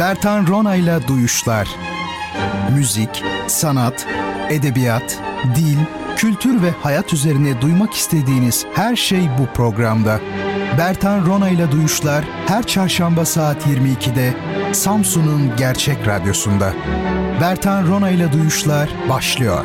Bertan Rona'yla Duyuşlar. Müzik, sanat, edebiyat, dil, kültür ve hayat üzerine duymak istediğiniz her şey bu programda. Bertan Rona'yla Duyuşlar her çarşamba saat 22'de Samsun'un Gerçek Radyosu'nda. Bertan Rona'yla Duyuşlar başlıyor.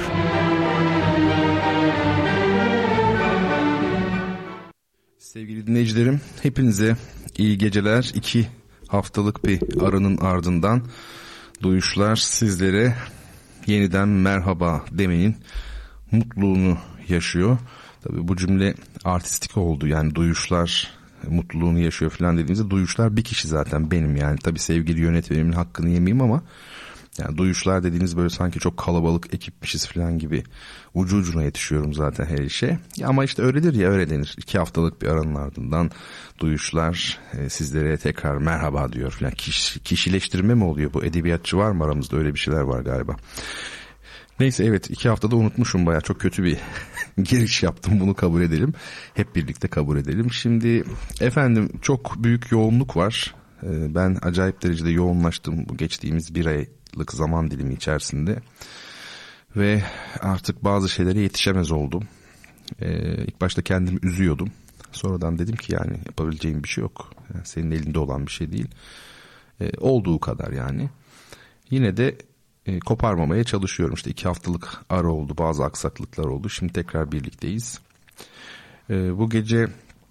Sevgili dinleyicilerim, hepinize iyi geceler. 2 haftalık bir aranın ardından Duyuşlar sizlere yeniden merhaba demenin mutluluğunu yaşıyor. Tabii bu cümle artistik oldu, yani Duyuşlar mutluluğunu yaşıyor falan dediğimizde Duyuşlar bir kişi zaten, benim yani. Tabii sevgili yönetmenimin hakkını yemeyeyim ama yani Duyuşlar dediğiniz böyle sanki çok kalabalık ekipmişiz falan gibi ucu ucuna yetişiyorum zaten her işe. Ya ama işte öyledir ya, öyle denir. 2 haftalık bir aranın ardından Duyuşlar sizlere tekrar merhaba diyor falan. Kişileştirme mi oluyor bu? Edebiyatçı var mı aramızda? Öyle bir şeyler var galiba. Neyse, evet, 2 haftada unutmuşum, bayağı çok kötü bir giriş yaptım, bunu kabul edelim. Hep birlikte kabul edelim. Şimdi efendim, çok büyük yoğunluk var. Ben acayip derecede yoğunlaştım bu geçtiğimiz bir aylık zaman dilimi içerisinde. Ve artık bazı şeylere yetişemez oldum. İlk başta kendimi üzüyordum. Sonradan dedim ki yani yapabileceğim bir şey yok. Yani senin elinde olan bir şey değil. Olduğu kadar yani. Yine de koparmamaya çalışıyorum. İşte 2 haftalık ara oldu, bazı aksaklıklar oldu. Şimdi tekrar birlikteyiz. Bu gece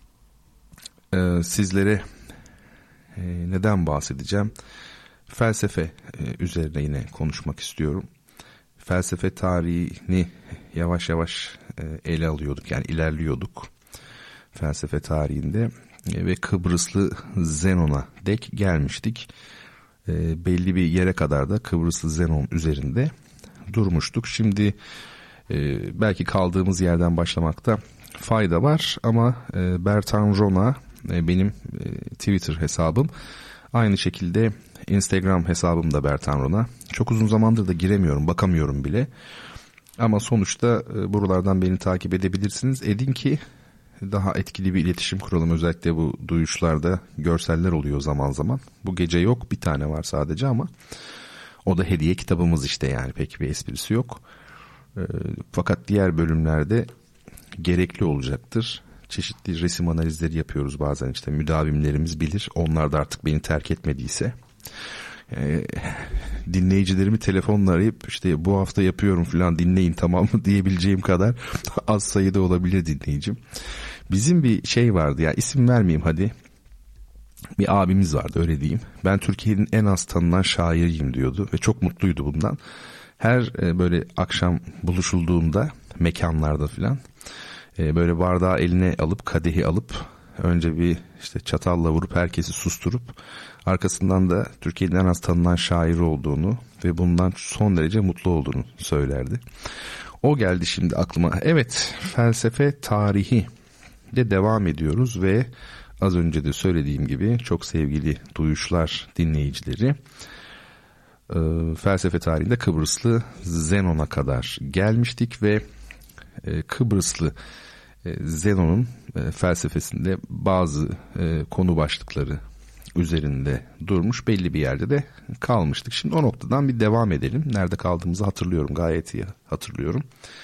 sizlere neden bahsedeceğim? Felsefe üzerine yine konuşmak istiyorum. Felsefe tarihini yavaş yavaş ele alıyorduk, yani ilerliyorduk felsefe tarihinde ve Kıbrıslı Zenon'a dek gelmiştik. Belli bir yere kadar da Kıbrıslı Zenon üzerinde durmuştuk. Şimdi belki kaldığımız yerden başlamakta fayda var ama Bertan Rona benim Twitter hesabım. Aynı şekilde Instagram hesabım da Bertan Rona. Çok uzun zamandır da giremiyorum, bakamıyorum bile. Ama sonuçta buralardan beni takip edebilirsiniz. Edin ki daha etkili bir iletişim kuralım. Özellikle bu duyuşlarda görseller oluyor zaman zaman. Bu gece yok, bir tane var sadece ama o da hediye kitabımız işte, yani pek bir esprisi yok. Fakat diğer bölümlerde gerekli olacaktır. Çeşitli resim analizleri yapıyoruz bazen, işte müdavimlerimiz bilir. Onlar da artık beni terk etmediyse. Dinleyicilerimi telefonla arayıp işte bu hafta yapıyorum falan, dinleyin tamam mı diyebileceğim kadar az sayıda olabilir dinleyicim. Bizim bir şey vardı ya, isim vermeyeyim hadi. Bir abimiz vardı, öyle diyeyim. Ben Türkiye'nin en az tanınan şairiyim diyordu ve çok mutluydu bundan. Her böyle akşam buluşulduğunda mekanlarda falan böyle bardağı eline alıp, kadehi alıp önce bir işte çatalla vurup herkesi susturup arkasından da Türkiye'nin en az tanınan şairi olduğunu ve bundan son derece mutlu olduğunu söylerdi. O geldi şimdi aklıma. Evet, felsefe tarihi de devam ediyoruz ve az önce de söylediğim gibi çok sevgili Duyuşlar dinleyicileri, felsefe tarihinde Kıbrıslı Zenon'a kadar gelmiştik ve Kıbrıslı Zenon'un felsefesinde bazı konu başlıkları üzerinde durmuş, belli bir yerde de kalmıştık. Şimdi o noktadan bir devam edelim. Nerede kaldığımızı hatırlıyorum, gayet iyi hatırlıyorum.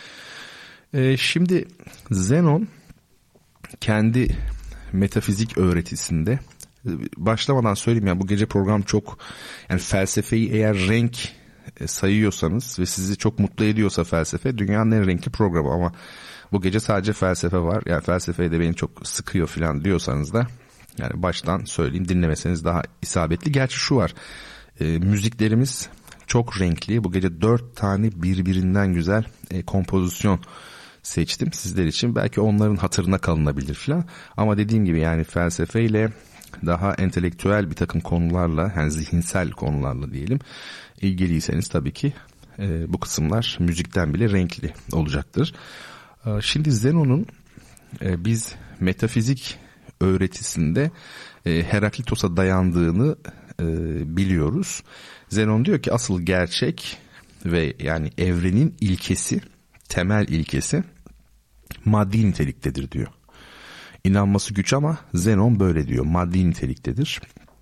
Şimdi Zenon kendi metafizik öğretisinde, başlamadan söyleyeyim ya, bu gece program çok, yani felsefeyi eğer renk sayıyorsanız ve sizi çok mutlu ediyorsa felsefe, dünyanın en renkli programı, ama bu gece sadece felsefe var. Yani felsefeyi de beni çok sıkıyor falan diyorsanız da yani baştan söyleyeyim, dinlemeseniz daha isabetli. Gerçi şu var, müziklerimiz çok renkli. Bu gece 4 tane birbirinden güzel kompozisyon seçtim sizler için. Belki onların hatırına kalınabilir falan. Ama dediğim gibi yani felsefeyle daha entelektüel bir takım konularla, yani zihinsel konularla diyelim, ilgiliyseniz tabii ki bu kısımlar müzikten bile renkli olacaktır. Şimdi Zenon'un biz metafizik öğretisinde Heraklitos'a dayandığını biliyoruz. Zenon diyor ki asıl gerçek ve yani evrenin ilkesi, temel ilkesi maddi niteliktedir diyor. İnanması güç ama Zenon böyle diyor, maddi niteliktedir.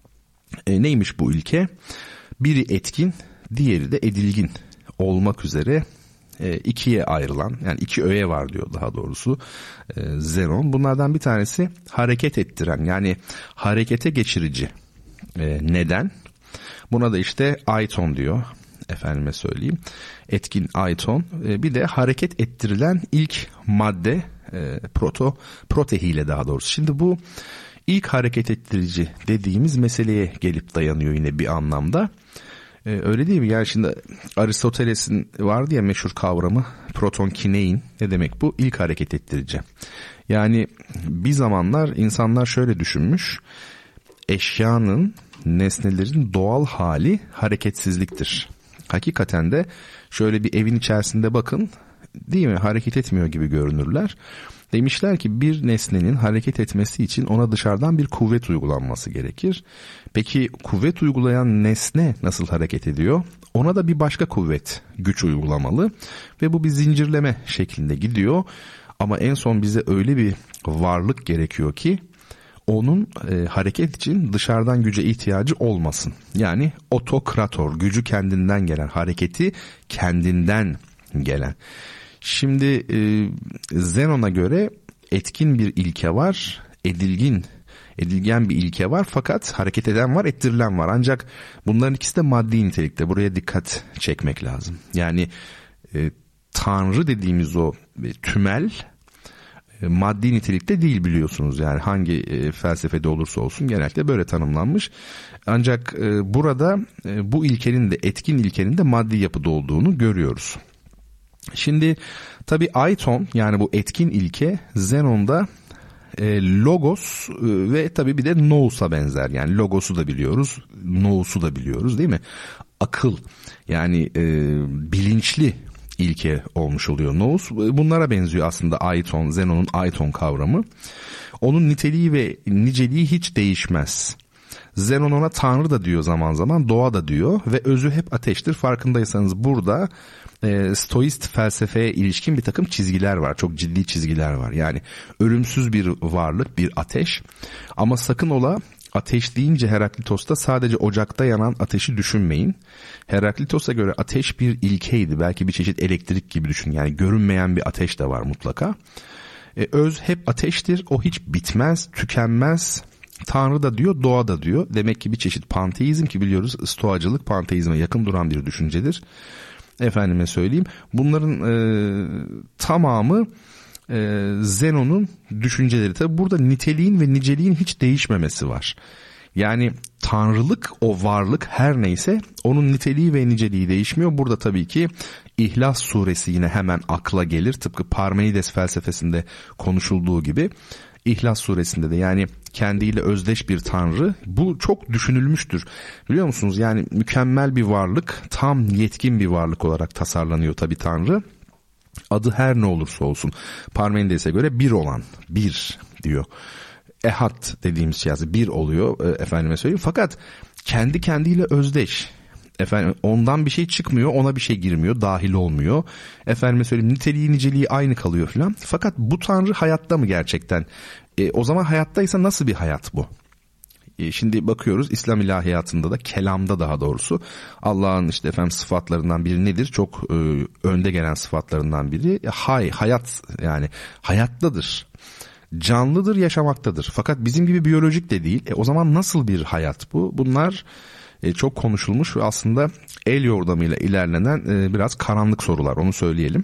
Neymiş bu ilke? Biri etkin, diğeri de edilgin olmak üzere ikiye ayrılan, yani iki öğe var diyor daha doğrusu Zenon. Bunlardan bir tanesi hareket ettiren, yani harekete geçirici neden. Buna da işte aiton diyor, efendime söyleyeyim. Etkin aiton. Bir de hareket ettirilen ilk madde protehile daha doğrusu. Şimdi bu ilk hareket ettirici dediğimiz meseleye gelip dayanıyor yine bir anlamda. Öyle değil mi? Yani şimdi Aristoteles'in vardı ya meşhur kavramı proton kinein. Ne demek bu? İlk hareket ettirici. Yani bir zamanlar insanlar şöyle düşünmüş. Eşyanın, nesnelerin doğal hali hareketsizliktir. Hakikaten de şöyle bir evin içerisinde bakın, değil mi? Hareket etmiyor gibi görünürler. Demişler ki bir nesnenin hareket etmesi için ona dışarıdan bir kuvvet uygulanması gerekir. Peki kuvvet uygulayan nesne nasıl hareket ediyor? Ona da bir başka kuvvet, güç uygulamalı ve bu bir zincirleme şeklinde gidiyor. Ama en son bize öyle bir varlık gerekiyor ki onun hareket için dışarıdan güce ihtiyacı olmasın. Yani otokrator, gücü kendinden gelen, hareketi kendinden gelen. Şimdi Zenon'a göre etkin bir ilke var, edilgen bir ilke var, fakat hareket eden var, ettirilen var. Ancak bunların ikisi de maddi nitelikte. Buraya dikkat çekmek lazım. Yani Tanrı dediğimiz o tümel maddi nitelikte değil, biliyorsunuz. Yani hangi felsefede olursa olsun genellikle böyle tanımlanmış. Ancak burada bu ilkenin de, etkin ilkenin de maddi yapıda olduğunu görüyoruz. Şimdi tabii aiton, yani bu etkin ilke Zenon'da logos ve tabii bir de nous'a benzer. Yani logos'u da biliyoruz, nous'u da biliyoruz, değil mi? Akıl, yani bilinçli ilke olmuş oluyor nous. Bunlara benziyor aslında aiton, Zenon'un aiton kavramı. Onun niteliği ve niceliği hiç değişmez. Zenon ona Tanrı da diyor zaman zaman, doğa da diyor ve özü hep ateştir. Farkındaysanız burada stoist felsefeye ilişkin bir takım çizgiler var. Çok ciddi çizgiler var. Yani ölümsüz bir varlık, bir ateş. Ama sakın ola ateş deyince Heraklitos'ta sadece ocakta yanan ateşi düşünmeyin. Heraklitos'a göre ateş bir ilkeydi. Belki bir çeşit elektrik gibi düşün. Yani görünmeyen bir ateş de var mutlaka. Öz hep ateştir. O hiç bitmez, tükenmez. Tanrı da diyor, doğa da diyor. Demek ki bir çeşit panteizm, ki biliyoruz stoacılık panteizme yakın duran bir düşüncedir. Efendime söyleyeyim. Bunların tamamı Zenon'un düşünceleri. Tabi burada niteliğin ve niceliğin hiç değişmemesi var. Yani tanrılık, o varlık her neyse onun niteliği ve niceliği değişmiyor. Burada tabii ki İhlas suresi yine hemen akla gelir. Tıpkı Parmenides felsefesinde konuşulduğu gibi İhlas suresinde de, yani kendiyle özdeş bir tanrı, bu çok düşünülmüştür. Biliyor musunuz? Yani mükemmel bir varlık, tam yetkin bir varlık olarak tasarlanıyor tabii Tanrı. Adı her ne olursa olsun Parmenides'e göre bir olan, bir diyor. Ehad dediğimiz şey bir oluyor, efendime söyleyeyim. Fakat kendi kendiyle özdeş. Efendim, ondan bir şey çıkmıyor, ona bir şey girmiyor, dahil olmuyor. Efendime söyleyeyim, niteliği niceliği aynı kalıyor filan. Fakat bu Tanrı hayatta mı gerçekten? O zaman hayattaysa nasıl bir hayat bu? Şimdi bakıyoruz İslam ilahiyatında da, kelamda daha doğrusu, Allah'ın işte efendim sıfatlarından biri nedir? Çok önde gelen sıfatlarından biri hayat, yani hayattadır. Canlıdır, yaşamaktadır. Fakat bizim gibi biyolojik de değil. O zaman nasıl bir hayat bu? Bunlar çok konuşulmuş ve aslında el yordamıyla ilerlenen biraz karanlık sorular, onu söyleyelim.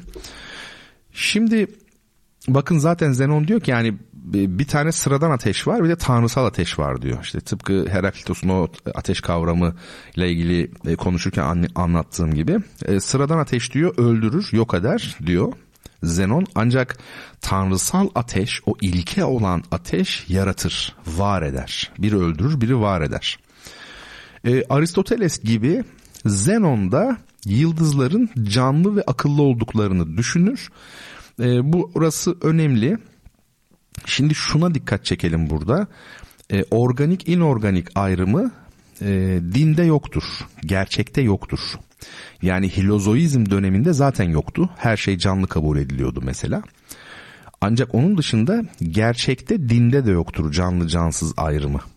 Şimdi bakın zaten Zenon diyor ki yani bir tane sıradan ateş var, bir de tanrısal ateş var diyor. İşte tıpkı Heraklitos'un o ateş kavramı ile ilgili konuşurken anlattığım gibi sıradan ateş diyor öldürür, yok eder diyor Zenon. Ancak tanrısal ateş, o ilke olan ateş yaratır, var eder. Biri öldürür, biri var eder. Aristoteles gibi Zenon da yıldızların canlı ve akıllı olduklarını düşünür. Burası önemli. Şimdi şuna dikkat çekelim burada. Organik inorganik ayrımı dinde yoktur. Gerçekte yoktur. Yani Hilozoizm döneminde zaten yoktu. Her şey canlı kabul ediliyordu mesela. Ancak onun dışında gerçekte, dinde de yoktur canlı cansız ayrımı.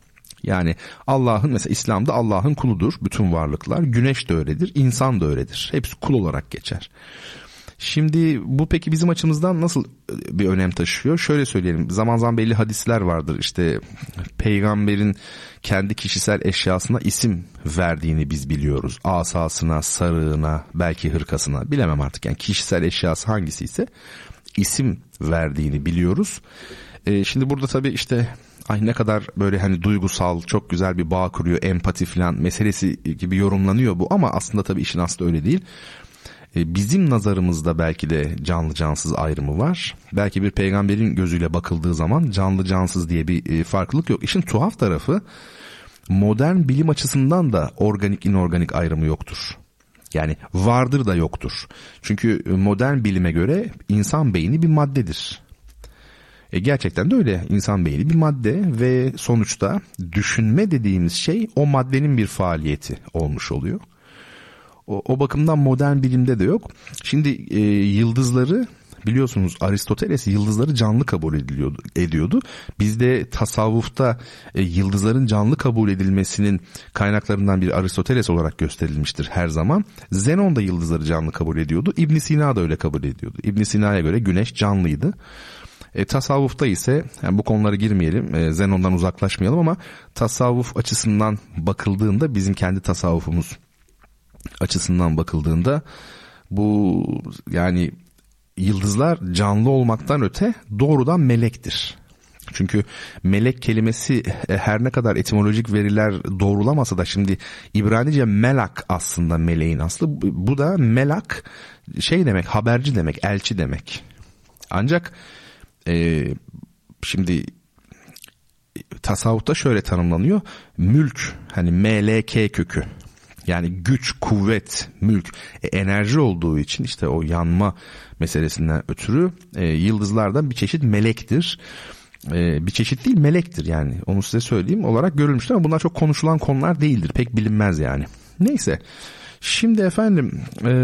Yani Allah'ın, mesela İslam'da Allah'ın kuludur bütün varlıklar. Güneş de öyledir, insan da öyledir. Hepsi kul olarak geçer. Şimdi bu peki bizim açımızdan nasıl bir önem taşıyor? Şöyle söyleyelim, zaman zaman belli hadisler vardır. İşte peygamberin kendi kişisel eşyasına isim verdiğini biz biliyoruz. Asasına, sarığına, belki hırkasına, bilemem artık. Yani kişisel eşyası hangisiyse isim verdiğini biliyoruz. Şimdi burada tabii işte ay ne kadar böyle hani duygusal, çok güzel bir bağ kuruyor, empati falan meselesi gibi yorumlanıyor bu, ama aslında tabii işin aslı öyle değil. Bizim nazarımızda belki de canlı cansız ayrımı var. Belki bir peygamberin gözüyle bakıldığı zaman canlı cansız diye bir farklılık yok. İşin tuhaf tarafı, modern bilim açısından da organik inorganik ayrımı yoktur. Yani vardır da yoktur. Çünkü modern bilime göre insan beyni bir maddedir. Gerçekten de öyle. İnsan beyni bir madde ve sonuçta düşünme dediğimiz şey o maddenin bir faaliyeti olmuş oluyor. O bakımdan modern bilimde de yok. Şimdi yıldızları biliyorsunuz, Aristoteles yıldızları canlı kabul ediyordu. Bizde tasavvufta yıldızların canlı kabul edilmesinin kaynaklarından biri Aristoteles olarak gösterilmiştir her zaman. Zenon da yıldızları canlı kabul ediyordu. İbn Sina da öyle kabul ediyordu. İbn Sina'ya göre güneş canlıydı. Tasavvufta ise, yani bu konulara girmeyelim, Zenon'dan uzaklaşmayalım, ama tasavvuf açısından bakıldığında, bizim kendi tasavvufumuz açısından bakıldığında, bu yani yıldızlar canlı olmaktan öte doğrudan melektir. Çünkü melek kelimesi her ne kadar etimolojik veriler doğrulamasa da, şimdi İbranice melak aslında meleğin aslı. Bu da melak şey demek, haberci demek, elçi demek. Ancak şimdi tasavvufta şöyle tanımlanıyor. Mülk, hani MLK kökü. Yani güç, kuvvet, mülk, enerji olduğu için işte o yanma meselesinden ötürü yıldızlardan bir çeşit melektir. Bir çeşit değil, melektir yani. Onu size söyleyeyim, olarak görülmüştür, ama bunlar çok konuşulan konular değildir. Pek bilinmez yani. Neyse. Şimdi efendim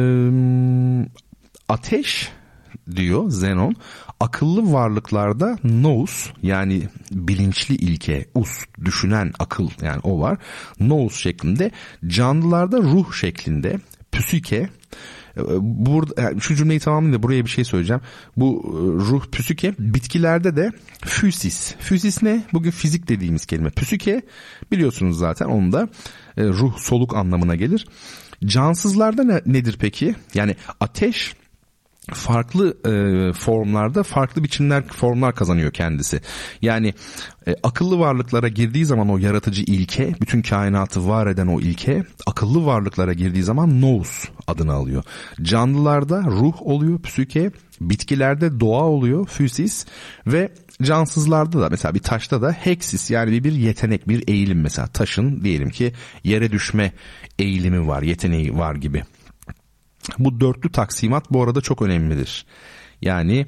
ateş diyor Zenon, akıllı varlıklarda nous, yani bilinçli ilke, düşünen akıl, yani o var. Nous şeklinde, canlılarda ruh şeklinde, psüke. Burada yani şu cümleyi tamamlayayım da buraya bir şey söyleyeceğim. Bu ruh, psüke, bitkilerde de physis. Physis ne? Bugün fizik dediğimiz kelime. Psüke biliyorsunuz zaten, onun da ruh, soluk anlamına gelir. Cansızlarda nedir peki? Yani ateş farklı formlarda, farklı formlar kazanıyor kendisi. Yani akıllı varlıklara girdiği zaman o yaratıcı ilke, bütün kainatı var eden o ilke, akıllı varlıklara girdiği zaman nous adını alıyor. Canlılarda ruh oluyor, psüke, bitkilerde doğa oluyor, physis, ve cansızlarda da, mesela bir taşta da heksis, yani bir yetenek, bir eğilim. Mesela taşın diyelim ki yere düşme eğilimi var, yeteneği var gibi. Bu dörtlü taksimat bu arada çok önemlidir. Yani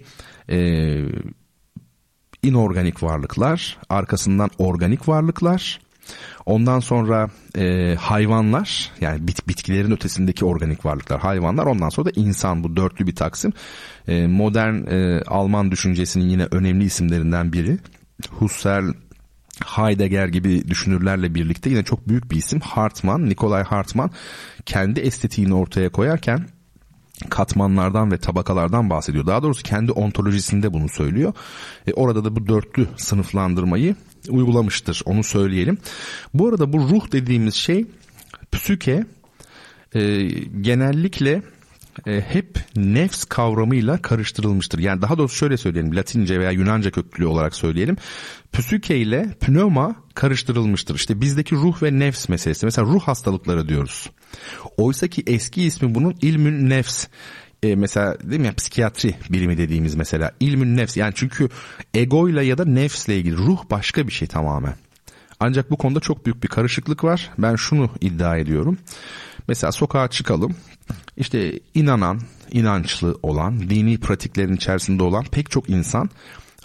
inorganik varlıklar, arkasından organik varlıklar, ondan sonra hayvanlar, yani bitkilerin ötesindeki organik varlıklar, hayvanlar, ondan sonra da insan. Bu dörtlü bir taksim. Modern Alman düşüncesinin yine önemli isimlerinden biri Husserl, Heidegger gibi düşünürlerle birlikte yine çok büyük bir isim Hartmann, Nikolay Hartmann, kendi estetiğini ortaya koyarken katmanlardan ve tabakalardan bahsediyor. Daha doğrusu kendi ontolojisinde bunu söylüyor. Orada da bu dörtlü sınıflandırmayı uygulamıştır, onu söyleyelim. Bu arada bu ruh dediğimiz şey, psüke, genellikle hep nefs kavramıyla karıştırılmıştır. Yani daha doğrusu şöyle söyleyelim, Latince veya Yunanca köklü olarak söyleyelim. Psüke ile pneuma karıştırılmıştır. İşte bizdeki ruh ve nefs meselesi. Mesela ruh hastalıkları diyoruz. Oysa ki eski ismi bunun ilmün nefs. Mesela değil mi ya, psikiyatri bilimi dediğimiz mesela ilmün nefs. Yani çünkü egoyla ya da nefsle ilgili, ruh başka bir şey tamamen. Ancak bu konuda çok büyük bir karışıklık var. Ben şunu iddia ediyorum. Mesela sokağa çıkalım. İşte inanan, inançlı olan, dini pratiklerin içerisinde olan pek çok insan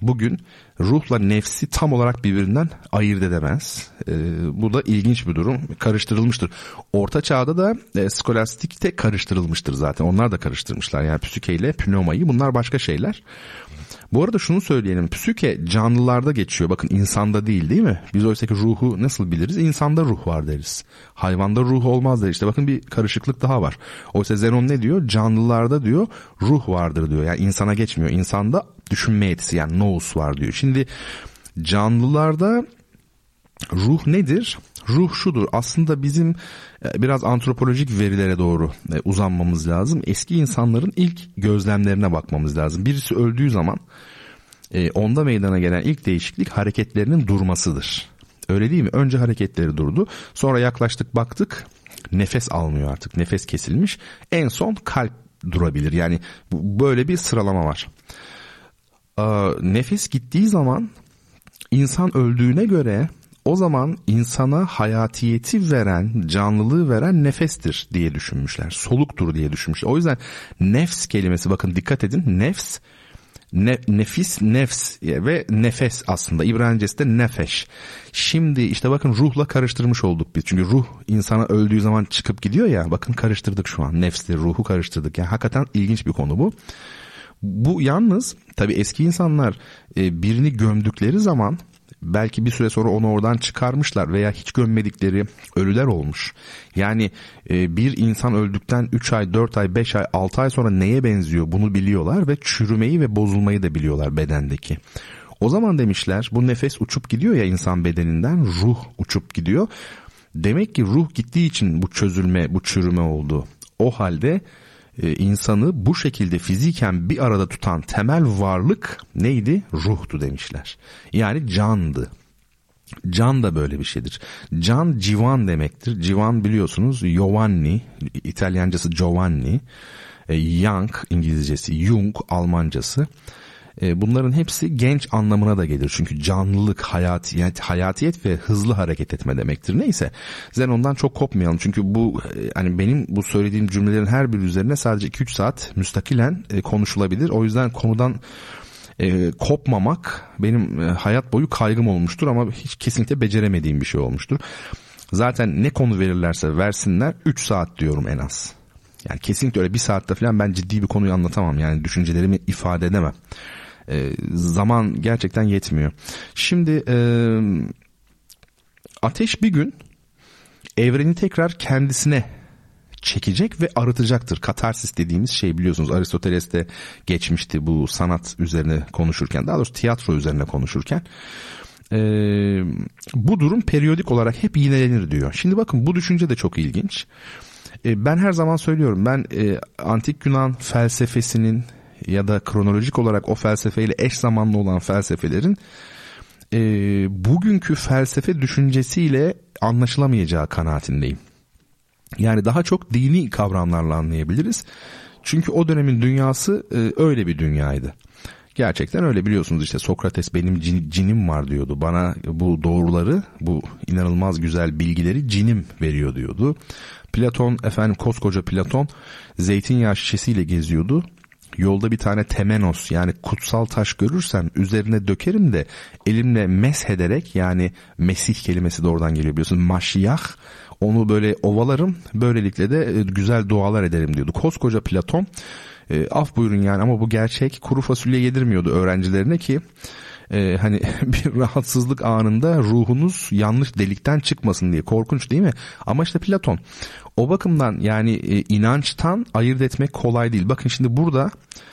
bugün ruhla nefsi tam olarak birbirinden ayırt edemez. Bu da ilginç bir durum. Karıştırılmıştır. Orta çağda da skolastikte karıştırılmıştır zaten. Onlar da karıştırmışlar. Yani psüke ile pneumayı, bunlar başka şeyler. Bu arada şunu söyleyelim. Psüke canlılarda geçiyor. Bakın insanda değil mi? Biz oysa ki ruhu nasıl biliriz? İnsanda ruh var deriz. Hayvanda ruh olmaz deriz. İşte bakın bir karışıklık daha var. Oysa Zenon ne diyor? Canlılarda diyor ruh vardır diyor. Yani insana geçmiyor. İnsanda düşünme yetisi, yani nous var diyor. Şimdi canlılarda ruh nedir? Ruh şudur. Aslında bizim biraz antropolojik verilere doğru uzanmamız lazım. Eski insanların ilk gözlemlerine bakmamız lazım. Birisi öldüğü zaman onda meydana gelen ilk değişiklik hareketlerinin durmasıdır. Öyle değil mi? Önce hareketleri durdu. Sonra yaklaştık, baktık nefes almıyor artık. Nefes kesilmiş. En son kalp durabilir. Yani böyle bir sıralama var. Nefes gittiği zaman insan öldüğüne göre o zaman insana hayatiyeti veren, canlılığı veren nefestir diye düşünmüşler. Soluktur diye düşünmüşler. O yüzden nefs kelimesi, bakın dikkat edin, nefs, nefis, nefs ve nefes aslında. İbranicesi de nefeş. Şimdi işte bakın ruhla karıştırmış olduk biz. Çünkü ruh insana öldüğü zaman çıkıp gidiyor ya, bakın karıştırdık şu an. Nefsle ruhu karıştırdık. Yani hakikaten ilginç bir konu bu. Bu yalnız tabii eski insanlar birini gömdükleri zaman belki bir süre sonra onu oradan çıkarmışlar veya hiç gömmedikleri ölüler olmuş. Yani bir insan öldükten 3 ay, 4 ay, 5 ay, 6 ay sonra neye benziyor bunu biliyorlar ve çürümeyi ve bozulmayı da biliyorlar bedendeki. O zaman demişler bu nefes uçup gidiyor ya insan bedeninden, ruh uçup gidiyor. Demek ki ruh gittiği için bu çözülme, bu çürüme oldu. O halde insanı bu şekilde fiziken bir arada tutan temel varlık neydi? Ruhtu demişler. Yani candı. Can da böyle bir şeydir. Can civan demektir. Civan biliyorsunuz Giovanni, İtalyancası Giovanni, Young İngilizcesi, Jung Almancası. Bunların hepsi genç anlamına da gelir. Çünkü canlılık, hayatiyet ve hızlı hareket etme demektir. Neyse, Zenon'dan çok kopmayalım. Çünkü bu hani benim bu söylediğim cümlelerin her biri üzerine sadece 2-3 saat müstakilen konuşulabilir. O yüzden konudan kopmamak benim hayat boyu kaygım olmuştur ama hiç kesinlikle beceremediğim bir şey olmuştur. Zaten ne konu verirlerse versinler 3 saat diyorum en az. Yani kesinlikle öyle bir saatte falan ben ciddi bir konuyu anlatamam. Yani düşüncelerimi ifade edemem. Zaman gerçekten yetmiyor. Şimdi ateş bir gün evreni tekrar kendisine çekecek ve arıtacaktır. Katarsis dediğimiz şey biliyorsunuz Aristoteles'te geçmişti bu sanat üzerine konuşurken, daha doğrusu tiyatro üzerine konuşurken. Bu durum periyodik olarak hep yinelenir diyor. Şimdi bakın bu düşünce de çok ilginç. Ben her zaman söylüyorum, ben antik Yunan felsefesinin ya da kronolojik olarak o felsefeyle eş zamanlı olan felsefelerin bugünkü felsefe düşüncesiyle anlaşılamayacağı kanaatindeyim. Yani daha çok dini kavramlarla anlayabiliriz. Çünkü o dönemin dünyası öyle bir dünyaydı. Gerçekten öyle, biliyorsunuz işte Sokrates benim cinim var diyordu. Bana bu doğruları, bu inanılmaz güzel bilgileri cinim veriyor diyordu. Platon, koskoca Platon zeytinyağı şişesiyle geziyordu. Yolda bir tane temenos, yani kutsal taş görürsem üzerine dökerim de elimle meshederek, yani Mesih kelimesi de oradan geliyor biliyorsun, maşiyah, onu böyle ovalarım, böylelikle de güzel dualar ederim diyordu. Koskoca Platon, af buyurun yani, ama bu gerçek, kuru fasulye yedirmiyordu öğrencilerine ki hani bir rahatsızlık anında ruhunuz yanlış delikten çıkmasın diye. Korkunç değil mi? Ama işte Platon. O bakımdan yani inançtan ayırt etmek kolay değil. Bakın şimdi burada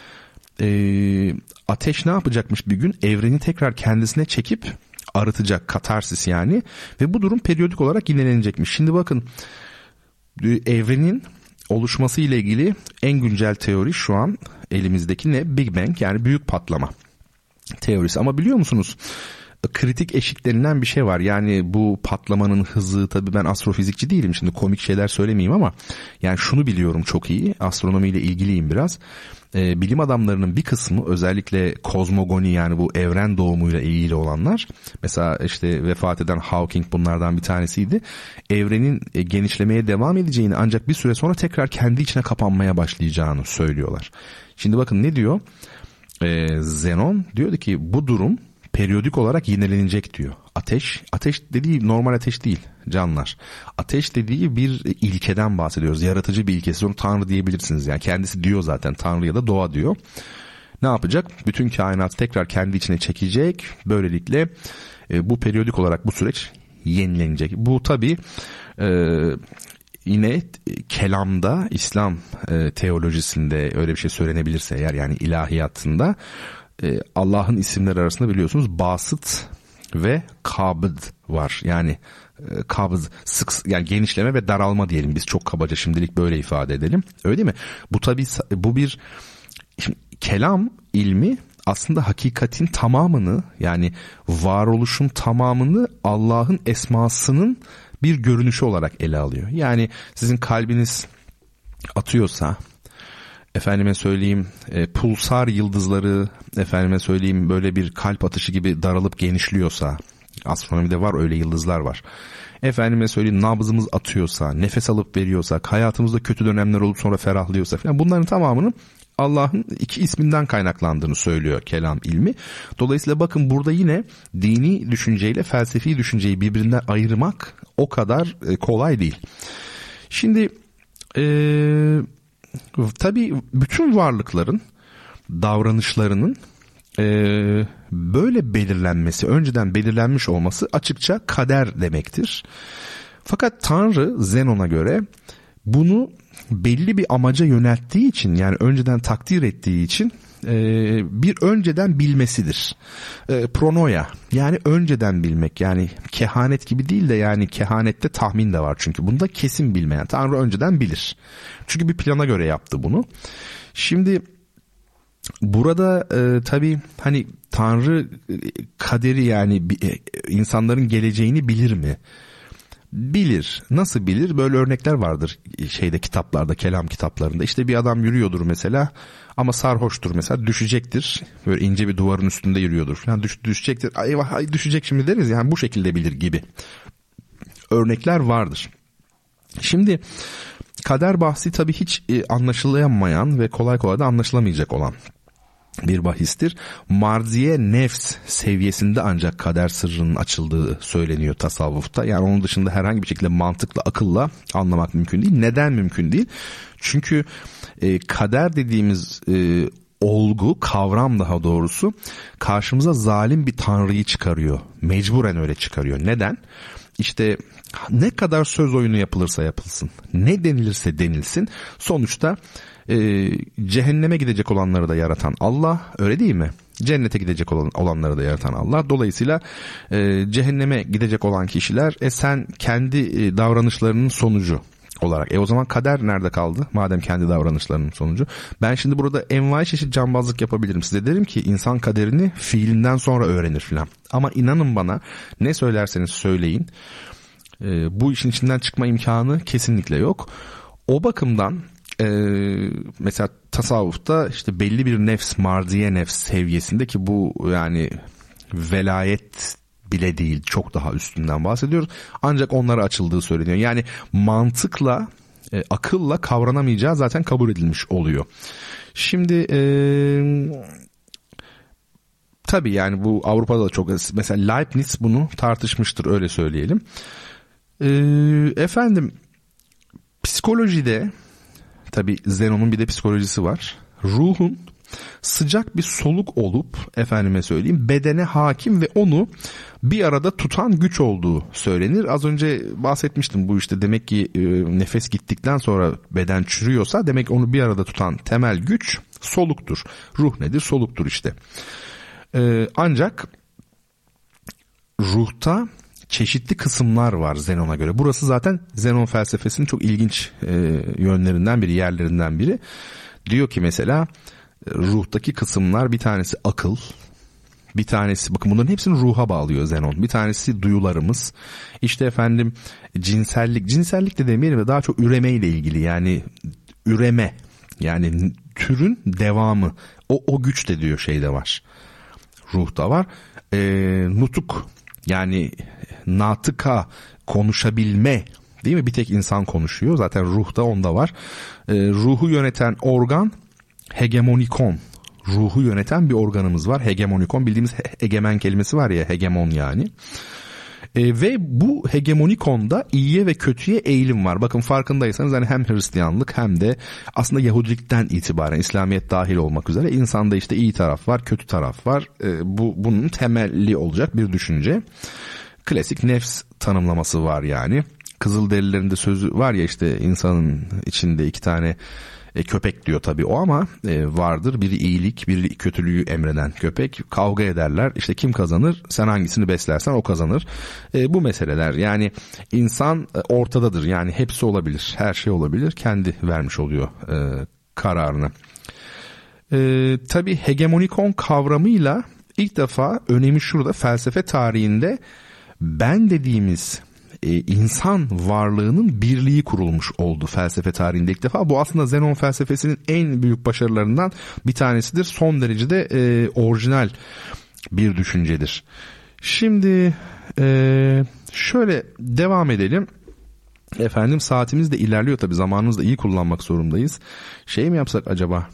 ateş ne yapacakmış bir gün? Evreni tekrar kendisine çekip arıtacak, katarsis yani. Ve bu durum periyodik olarak yenilenecekmiş. Şimdi bakın evrenin oluşması ile ilgili en güncel teori şu an elimizdeki ne? Big Bang, yani büyük patlama teorisi. Ama biliyor musunuz? Kritik eşik denilen bir şey var. Yani bu patlamanın hızı, tabii ben astrofizikçi değilim, şimdi komik şeyler söylemeyeyim ama yani şunu biliyorum çok iyi, astronomiyle ilgiliyim biraz. Bilim adamlarının bir kısmı, özellikle kozmogoni, yani bu evren doğumuyla ilgili olanlar, mesela işte vefat eden Hawking bunlardan bir tanesiydi. Evrenin genişlemeye devam edeceğini, ancak bir süre sonra tekrar kendi içine kapanmaya başlayacağını söylüyorlar. Şimdi bakın ne diyor? Zenon diyordu ki bu durum periyodik olarak yenilenecek diyor. Ateş dediği normal ateş değil canlar. Ateş dediği bir ilkeden bahsediyoruz. Yaratıcı bir ilkesi. Onu Tanrı diyebilirsiniz. Yani kendisi diyor zaten, Tanrı ya da doğa diyor. Ne yapacak? Bütün kainatı tekrar kendi içine çekecek. Böylelikle bu periyodik olarak bu süreç yenilenecek. Bu tabii yine kelamda, İslam teolojisinde öyle bir şey söylenebilirse eğer, yani ilahiyatında Allah'ın isimleri arasında biliyorsunuz Basıt ve Kabıd var. Yani kabız, sık, yani genişleme ve daralma diyelim biz, çok kabaca şimdilik böyle ifade edelim. Öyle değil mi? Bu tabii bu bir kelam ilmi aslında hakikatin tamamını, yani varoluşun tamamını Allah'ın esmasının bir görünüşü olarak ele alıyor. Yani sizin kalbiniz atıyorsa, efendime söyleyeyim pulsar yıldızları, efendime söyleyeyim böyle bir kalp atışı gibi daralıp genişliyorsa, astronomide var öyle yıldızlar var. Efendime söyleyeyim nabzımız atıyorsa, nefes alıp veriyorsak, hayatımızda kötü dönemler olup sonra ferahlıyorsa falan, bunların tamamının Allah'ın iki isminden kaynaklandığını söylüyor kelam ilmi. Dolayısıyla bakın burada yine dini düşünceyle felsefi düşünceyi birbirinden ayırmak o kadar kolay değil. Şimdi tabii bütün varlıkların davranışlarının böyle belirlenmesi, önceden belirlenmiş olması açıkça kader demektir. Fakat Tanrı Zenon'a göre bunu belli bir amaca yönelttiği için, yani önceden takdir ettiği için bir önceden bilmesidir. Pronoia, yani önceden bilmek, yani kehanet gibi değil de, yani kehanette tahmin de var çünkü. Bunda kesin bilmeyen, Tanrı önceden bilir. Çünkü bir plana göre yaptı bunu. Şimdi burada tabii hani Tanrı kaderi, yani insanların geleceğini bilir mi? Bilir. Nasıl bilir? Böyle örnekler vardır kitaplarda, kelam kitaplarında. İşte bir adam yürüyordur mesela ama sarhoştur mesela, düşecektir. Böyle ince bir duvarın üstünde yürüyordur falan, düşecektir. Eyvah, düşecek şimdi deriz, yani bu şekilde bilir gibi örnekler vardır. Şimdi kader bahsi tabii hiç anlaşılamayan ve kolay kolay da anlaşılamayacak olan bir bahistir. Marziye nefs seviyesinde ancak kader sırrının açıldığı söyleniyor tasavvufta. Yani onun dışında herhangi bir şekilde mantıkla, akılla anlamak mümkün değil. Neden mümkün değil? Çünkü kader dediğimiz olgu, kavram daha doğrusu, karşımıza zalim bir tanrıyı çıkarıyor. Mecburen öyle çıkarıyor. Neden? İşte ne kadar söz oyunu yapılırsa yapılsın, ne denilirse denilsin, sonuçta cehenneme gidecek olanları da yaratan Allah, öyle değil mi? Cennete gidecek olanları da yaratan Allah. Dolayısıyla cehenneme gidecek olan kişiler sen kendi davranışlarının sonucu olarak. O zaman kader nerede kaldı? Madem kendi davranışlarının sonucu. Ben şimdi burada envai çeşit cambazlık yapabilirim. Size derim ki insan kaderini fiilinden sonra öğrenir filan. Ama inanın bana, ne söylerseniz söyleyin, bu işin içinden çıkma imkanı kesinlikle yok. O bakımdan mesela tasavvufta işte belli bir nefs, marziye nefs seviyesinde, ki bu yani velayet bile değil, çok daha üstünden bahsediyoruz. Ancak onlara açıldığı söyleniyor. Yani mantıkla, akılla kavranamayacağı zaten kabul edilmiş oluyor. Şimdi tabii yani bu Avrupa'da da çok, mesela Leibniz bunu tartışmıştır, öyle söyleyelim. Efendim psikolojide tabii Zenon'un bir de psikolojisi var. Ruhun sıcak bir soluk olup, efendime söyleyeyim, bedene hakim ve onu bir arada tutan güç olduğu söylenir. Az önce bahsetmiştim bu, işte demek ki nefes gittikten sonra beden çürüyorsa demek onu bir arada tutan temel güç soluktur. Ruh nedir? Soluktur işte. Ancak ruhta çeşitli kısımlar var Zenon'a göre. Burası zaten Zenon felsefesinin çok ilginç yönlerinden biri, yerlerinden biri. Diyor ki mesela ruhtaki kısımlar, bir tanesi akıl, bir tanesi, bakın bunların hepsini ruha bağlıyor Zenon. Bir tanesi duyularımız, işte efendim cinsellik de demeyelim de daha çok üremeyle ilgili, yani üreme, yani türün devamı, o güç de diyor şeyde var, ruhta var. Nutuk, yani natıka, konuşabilme, değil mi? Bir tek insan konuşuyor. Zaten ruhta onda var. Ruhu yöneten organ hegemonikon. ruhu yöneten bir organımız var. Hegemonikon, bildiğimiz egemen kelimesi var ya, hegemon yani. Ve bu hegemonikonda iyiye ve kötüye eğilim var. Bakın farkındaysanız hani hem Hristiyanlık hem de aslında Yahudilikten itibaren, İslamiyet dahil olmak üzere insanda işte iyi taraf var, kötü taraf var. Bunun temelli olacak bir düşünce. Klasik nefs tanımlaması var yani. Kızılderililerin de sözü var ya, işte insanın içinde iki tane köpek diyor tabii o, ama vardır. Biri iyilik, biri kötülüğü emreden köpek. Kavga ederler. İşte kim kazanır? Sen hangisini beslersen o kazanır. Bu meseleler yani, insan ortadadır. Yani hepsi olabilir. Her şey olabilir. Kendi vermiş oluyor kararını. Tabii hegemonikon kavramıyla ilk defa önemi şurada, felsefe tarihinde ben dediğimiz insan varlığının birliği kurulmuş oldu felsefe tarihinde ilk defa. Bu aslında Zenon felsefesinin en büyük başarılarından bir tanesidir. Son derece de orijinal bir düşüncedir. Şimdi şöyle devam edelim. Efendim, saatimiz de ilerliyor tabii, zamanımızı da iyi kullanmak zorundayız. Şey mi yapsak acaba?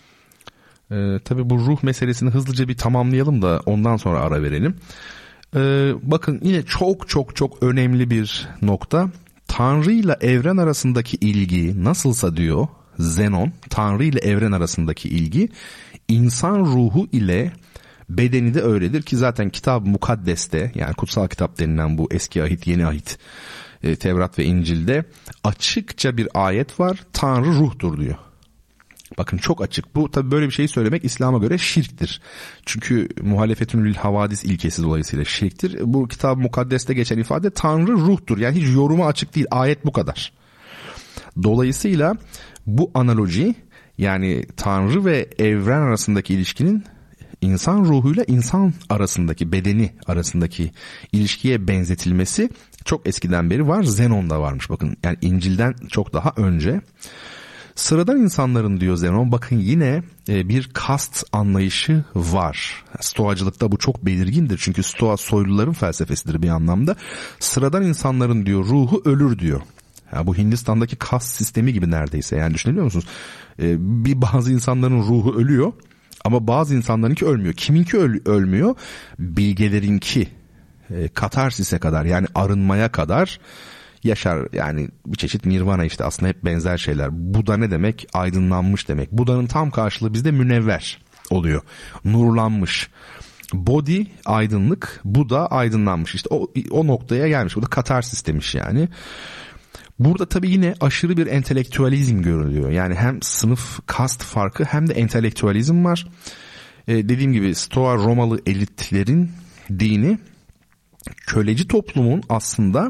Tabii bu ruh meselesini hızlıca bir tamamlayalım da ondan sonra ara verelim. Bakın yine çok önemli bir nokta. Tanrı ile evren arasındaki ilgi nasılsa diyor Zenon, Tanrı ile evren arasındaki ilgi insan ruhu ile bedeni de öyledir ki zaten Kitab-ı Mukaddes'te, yani kutsal kitap denilen bu eski ahit yeni ahit Tevrat ve İncil'de açıkça bir ayet var. Tanrı ruhtur diyor. Bakın çok açık. Bu tabii, böyle bir şeyi söylemek İslam'a göre şirktir. Çünkü muhalefetün lil havadis ilkesi dolayısıyla şirktir. Bu Kitab-ı Mukaddes'te geçen ifade Tanrı ruhtur. Yani hiç yoruma açık değil. Ayet bu kadar. Dolayısıyla bu analoji, yani Tanrı ve evren arasındaki ilişkinin insan ruhuyla insan arasındaki, bedeni arasındaki ilişkiye benzetilmesi çok eskiden beri var. Zenon'da varmış. Bakın yani İncil'den çok daha önce. Sıradan insanların diyor Zenon, bakın yine bir kast anlayışı var. Stoacılıkta bu çok belirgindir. Çünkü Stoa soyluların felsefesidir bir anlamda. Sıradan insanların diyor ruhu ölür diyor. Ya bu Hindistan'daki kast sistemi gibi neredeyse. Yani düşünebiliyor musunuz? Bazı insanların ruhu ölüyor ama bazı insanlarınki ölmüyor. Kiminki ölmüyor? Bilgelerinki katarsise kadar, yani arınmaya kadar yaşar. Yani bir çeşit nirvana işte, aslında hep benzer şeyler. Buda ne demek? Aydınlanmış demek. Buda'nın tam karşılığı bizde münevver oluyor. Nurlanmış. Bodhi aydınlık, Buda aydınlanmış. İşte o noktaya gelmiş. Bu da katarsis demiş yani. Burada tabii yine aşırı bir entelektüalizm görülüyor. Yani hem sınıf kast farkı hem de entelektüalizm var. Dediğim gibi Stoa Romalı elitlerin dini, köleci toplumun aslında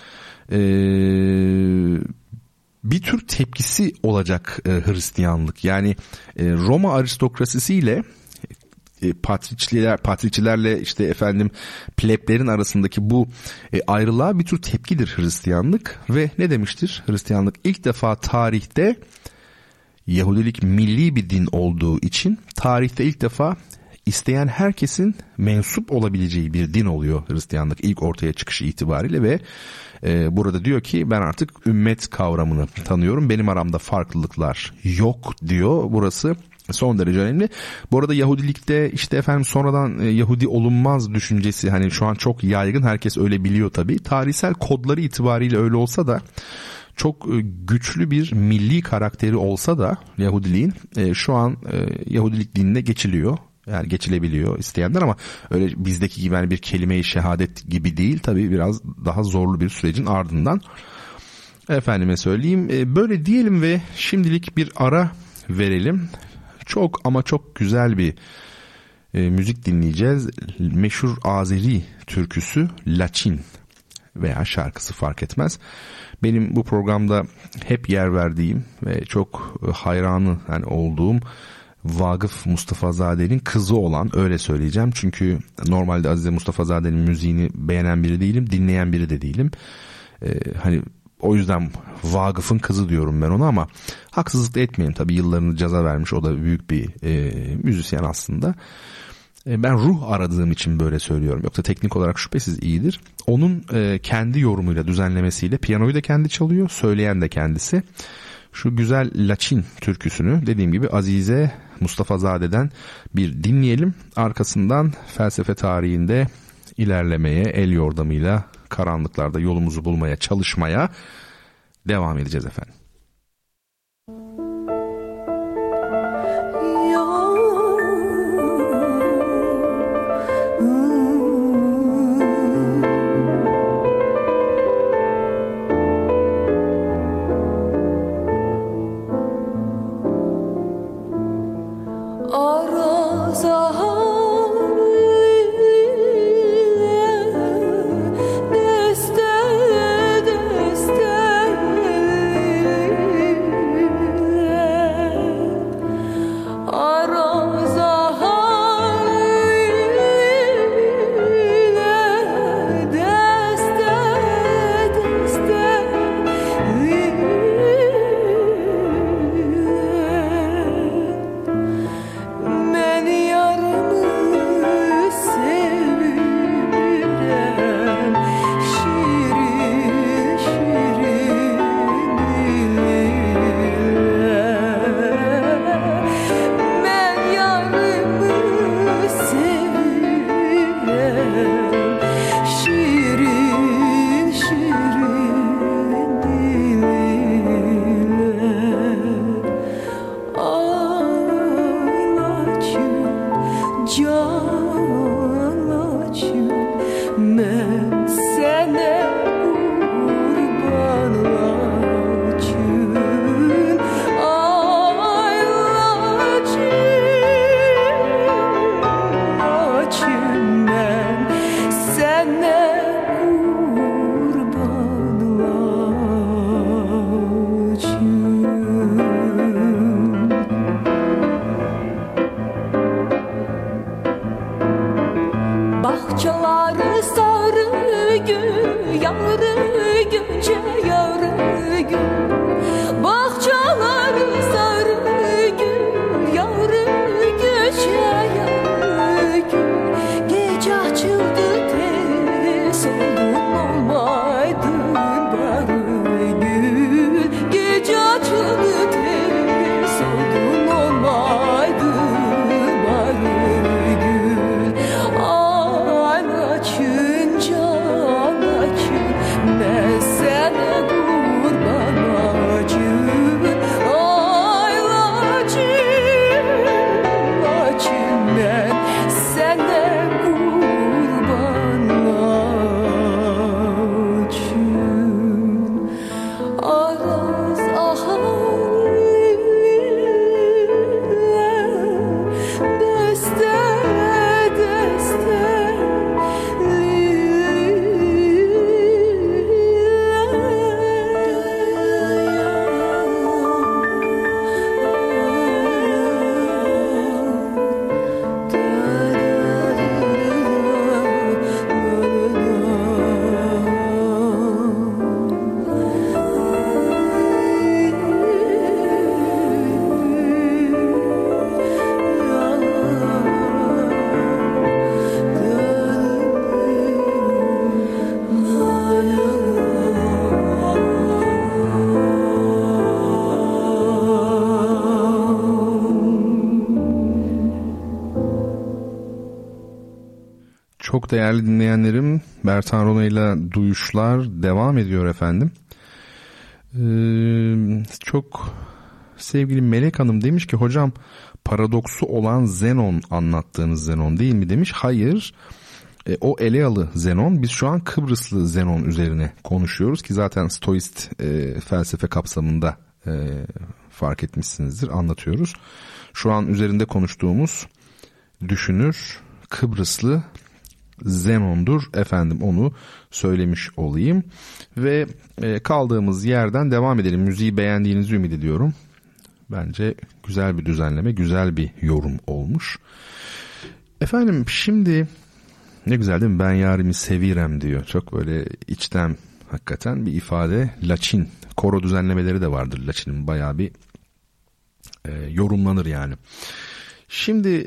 bir tür tepkisi olacak Hristiyanlık. Yani Roma aristokrasisiyle patriçilerle işte efendim pleblerin arasındaki bu ayrılığa bir tür tepkidir Hristiyanlık. Ve ne demiştir Hristiyanlık? İlk defa tarihte, Yahudilik milli bir din olduğu için tarihte ilk defa isteyen herkesin mensup olabileceği bir din oluyor Hristiyanlık ilk ortaya çıkışı itibariyle. Ve burada diyor ki ben artık ümmet kavramını tanıyorum, benim aramda farklılıklar yok diyor. Burası son derece önemli. Bu arada Yahudilikte işte efendim sonradan Yahudi olunmaz düşüncesi hani şu an çok yaygın, herkes öyle biliyor tabii. Tarihsel kodları itibariyle öyle olsa da, çok güçlü bir milli karakteri olsa da Yahudiliğin şu an Yahudilik dinine geçiliyor. Yani geçilebiliyor isteyenler, ama öyle bizdeki gibi yani bir kelime-i şehadet gibi değil. Tabii biraz daha zorlu bir sürecin ardından. Efendime söyleyeyim, böyle diyelim ve şimdilik bir ara verelim. Çok ama çok güzel bir müzik dinleyeceğiz. Meşhur Azeri türküsü Laçin veya şarkısı fark etmez. Benim bu programda hep yer verdiğim ve çok hayranı yani olduğum Vagıf Mustafazade'nin kızı olan, öyle söyleyeceğim. Çünkü normalde Azize Mustafazade'nin müziğini beğenen biri değilim, dinleyen biri de değilim. Hani o yüzden Vagıf'ın kızı diyorum ben ona, ama haksızlık da etmeyin tabii, yıllarını caza vermiş, o da büyük bir müzisyen aslında. Ben ruh aradığım için böyle söylüyorum, yoksa teknik olarak şüphesiz iyidir. Onun kendi yorumuyla, düzenlemesiyle, piyanoyu da kendi çalıyor, söyleyen de kendisi. Şu güzel Laçin türküsünü dediğim gibi Azize Mustafazade'den bir dinleyelim. Arkasından felsefe tarihinde ilerlemeye, el yordamıyla karanlıklarda yolumuzu bulmaya, çalışmaya devam edeceğiz efendim. Çok değerli dinleyenlerim, Bertan Rona ile Duyuşlar devam ediyor efendim. Çok sevgili Melek Hanım demiş ki hocam paradoksu olan Zenon anlattığınız Zenon değil mi demiş. Hayır, o Elealı Zenon, biz şu an Kıbrıslı Zenon üzerine konuşuyoruz ki zaten Stoist felsefe kapsamında fark etmişsinizdir, anlatıyoruz. Şu an üzerinde konuştuğumuz düşünür Kıbrıslı Zenon'dur efendim, onu söylemiş olayım ve kaldığımız yerden devam edelim. Müziği beğendiğinizi ümit ediyorum. Bence güzel bir düzenleme, güzel bir yorum olmuş. Efendim şimdi ne güzel değil mi? Ben yarimi sevirem diyor. Çok böyle içten hakikaten bir ifade. Laçin, koro düzenlemeleri de vardır Laçin'in, bayağı bir yorumlanır yani. Şimdi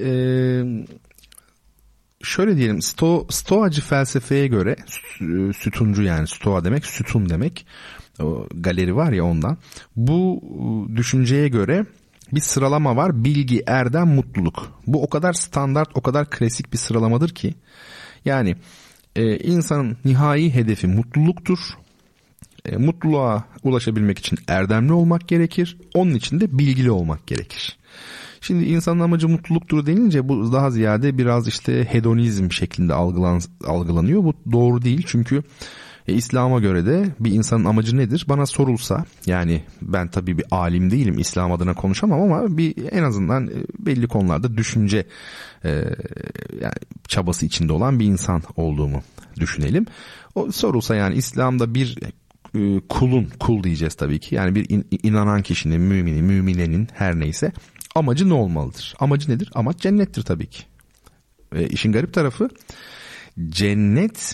şöyle diyelim, Stoacı felsefeye göre sütuncu, yani Stoa demek sütun demek, o galeri var ya ondan, bu düşünceye göre bir sıralama var. Bilgi, erdem, mutluluk. Bu o kadar standart, o kadar klasik bir sıralamadır ki. Yani insanın nihai hedefi mutluluktur. Mutluluğa ulaşabilmek için erdemli olmak gerekir. Onun için de bilgili olmak gerekir. Şimdi insanın amacı mutluluktur denince bu daha ziyade biraz işte hedonizm şeklinde algılanıyor. Bu doğru değil çünkü İslam'a göre de bir insanın amacı nedir? Bana sorulsa, yani ben tabii bir alim değilim, İslam adına konuşamam ama en azından belli konularda düşünce yani çabası içinde olan bir insan olduğumu düşünelim. O sorulsa yani İslam'da bir kul diyeceğiz tabii ki. Yani bir inanan kişinin, müminenin her neyse amacı ne olmalıdır? Amacı nedir? Amaç cennettir tabii ki. İşin garip tarafı cennet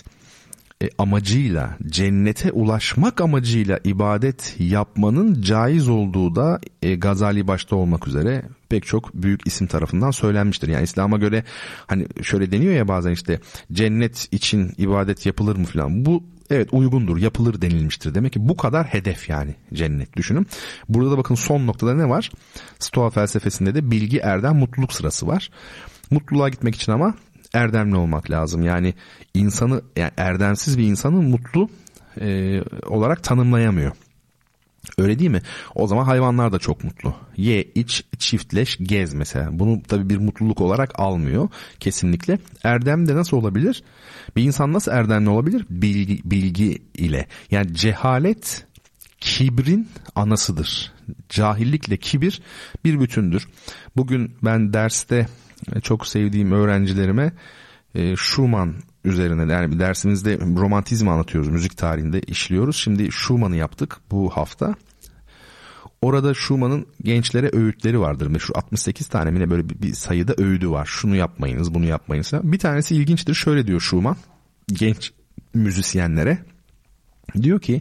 amacıyla, cennete ulaşmak amacıyla ibadet yapmanın caiz olduğu da Gazali başta olmak üzere pek çok büyük isim tarafından söylenmiştir. Yani İslam'a göre hani şöyle deniyor ya bazen işte cennet için ibadet yapılır mı falan. Bu evet uygundur, yapılır denilmiştir. Demek ki bu kadar hedef yani cennet, düşünün. Burada da bakın son noktada ne var? Stoa felsefesinde de bilgi, erdem, mutluluk sırası var. Mutluluğa gitmek için ama erdemli olmak lazım. Yani insanı, yani erdemsiz bir insanı mutlu olarak tanımlayamıyor. Öyle değil mi? O zaman hayvanlar da çok mutlu. Ye, iç, çiftleş, gez mesela. Bunu tabii bir mutluluk olarak almıyor kesinlikle. Erdem de nasıl olabilir? Bir insan nasıl erdemli olabilir? Bilgi ile. Yani cehalet kibrin anasıdır. Cahillikle kibir bir bütündür. Bugün ben derste çok sevdiğim öğrencilerime Schumann üzerine, yani bir dersimizde romantizmi anlatıyoruz, müzik tarihinde işliyoruz. Şimdi Schumann'ı yaptık bu hafta. Orada Schumann'ın gençlere öğütleri vardır. Meşhur 68 tane mi ne böyle bir sayıda öğüdü var. Şunu yapmayınız, bunu yapmayınız. Bir tanesi ilginçtir. Şöyle diyor Schumann genç müzisyenlere. Diyor ki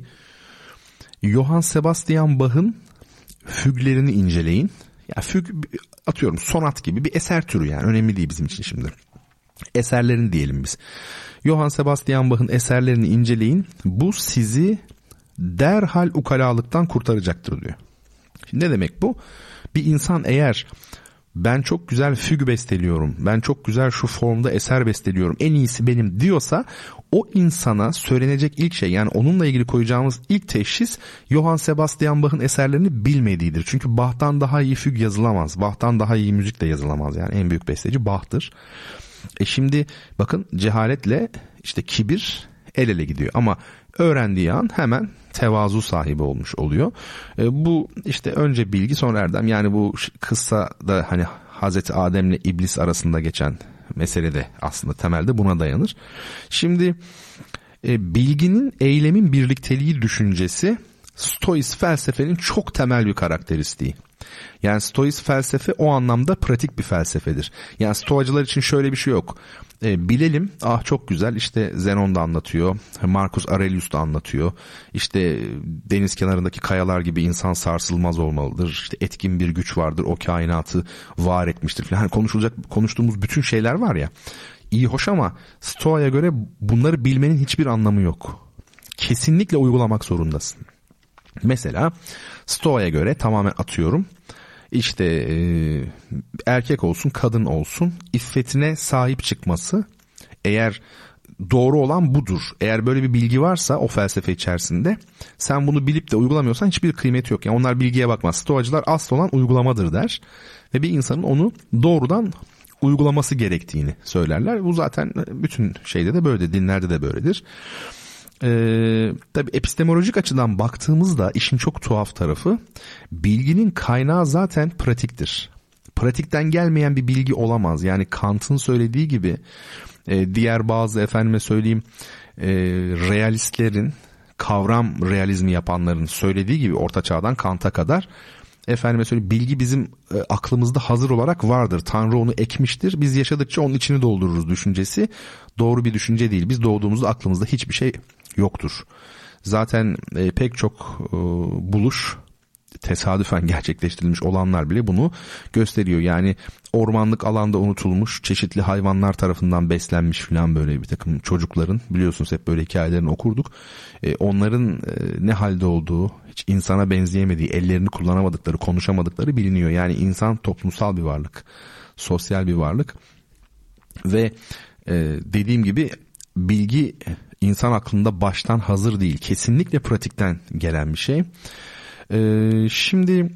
Johann Sebastian Bach'ın füglerini inceleyin. Ya füg atıyorum sonat gibi bir eser türü, yani önemli değil bizim için şimdi. Eserlerini diyelim biz. Johann Sebastian Bach'ın eserlerini inceleyin. Bu sizi derhal ukalalıktan kurtaracaktır diyor. Şimdi ne demek bu? Bir insan eğer ben çok güzel füg besteliyorum, ben çok güzel şu formda eser besteliyorum, en iyisi benim diyorsa o insana söylenecek ilk şey, yani onunla ilgili koyacağımız ilk teşhis Johann Sebastian Bach'ın eserlerini bilmediğidir. Çünkü Bach'tan daha iyi füg yazılamaz. Bach'tan daha iyi müzik de yazılamaz. Yani en büyük besteci Bach'tır. Şimdi bakın cehaletle işte kibir el ele gidiyor ama öğrendiği an hemen tevazu sahibi olmuş oluyor. Bu işte önce bilgi sonra erdem, yani bu kıssa da hani Hazreti Adem'le İblis arasında geçen mesele de aslında temelde buna dayanır. Şimdi bilginin eylemin birlikteliği düşüncesi Stoist felsefenin çok temel bir karakteristiği. Yani Stoist felsefe o anlamda pratik bir felsefedir. Yani Stoacılar için şöyle bir şey yok. Bilelim, çok güzel, işte Zenon da anlatıyor, Marcus Aurelius da anlatıyor. İşte deniz kenarındaki kayalar gibi insan sarsılmaz olmalıdır. İşte etkin bir güç vardır, o kainatı var etmiştir falan. Hani konuştuğumuz bütün şeyler var ya. İyi hoş ama Stoa'ya göre bunları bilmenin hiçbir anlamı yok. Kesinlikle uygulamak zorundasın. Mesela Stoa'ya göre tamamen atıyorum. İşte erkek olsun kadın olsun iffetine sahip çıkması eğer doğru olan budur. Eğer böyle bir bilgi varsa o felsefe içerisinde sen bunu bilip de uygulamıyorsan hiçbir kıymeti yok. Yani onlar bilgiye bakmaz. Stoacılar asıl olan uygulamadır der ve bir insanın onu doğrudan uygulaması gerektiğini söylerler. Bu zaten bütün şeyde de böyle, dinlerde de böyledir. Tabii epistemolojik açıdan baktığımızda işin çok tuhaf tarafı, bilginin kaynağı zaten pratiktir. Pratikten gelmeyen bir bilgi olamaz. Yani Kant'ın söylediği gibi diğer bazı realistlerin, kavram realizmi yapanların söylediği gibi Orta Çağ'dan Kant'a kadar bilgi bizim aklımızda hazır olarak vardır. Tanrı onu ekmiştir. Biz yaşadıkça onun içini doldururuz düşüncesi doğru bir düşünce değil. Biz doğduğumuzda aklımızda hiçbir şey yoktur. Zaten pek çok buluş tesadüfen gerçekleştirilmiş olanlar bile bunu gösteriyor. Yani ormanlık alanda unutulmuş, çeşitli hayvanlar tarafından beslenmiş falan böyle bir takım çocukların, biliyorsunuz hep böyle hikayelerini okurduk. Onların ne halde olduğu, hiç insana benzeyemediği, ellerini kullanamadıkları, konuşamadıkları biliniyor. Yani insan toplumsal bir varlık, sosyal bir varlık ve dediğim gibi bilgi insan aklında baştan hazır değil. Kesinlikle pratikten gelen bir şey. Şimdi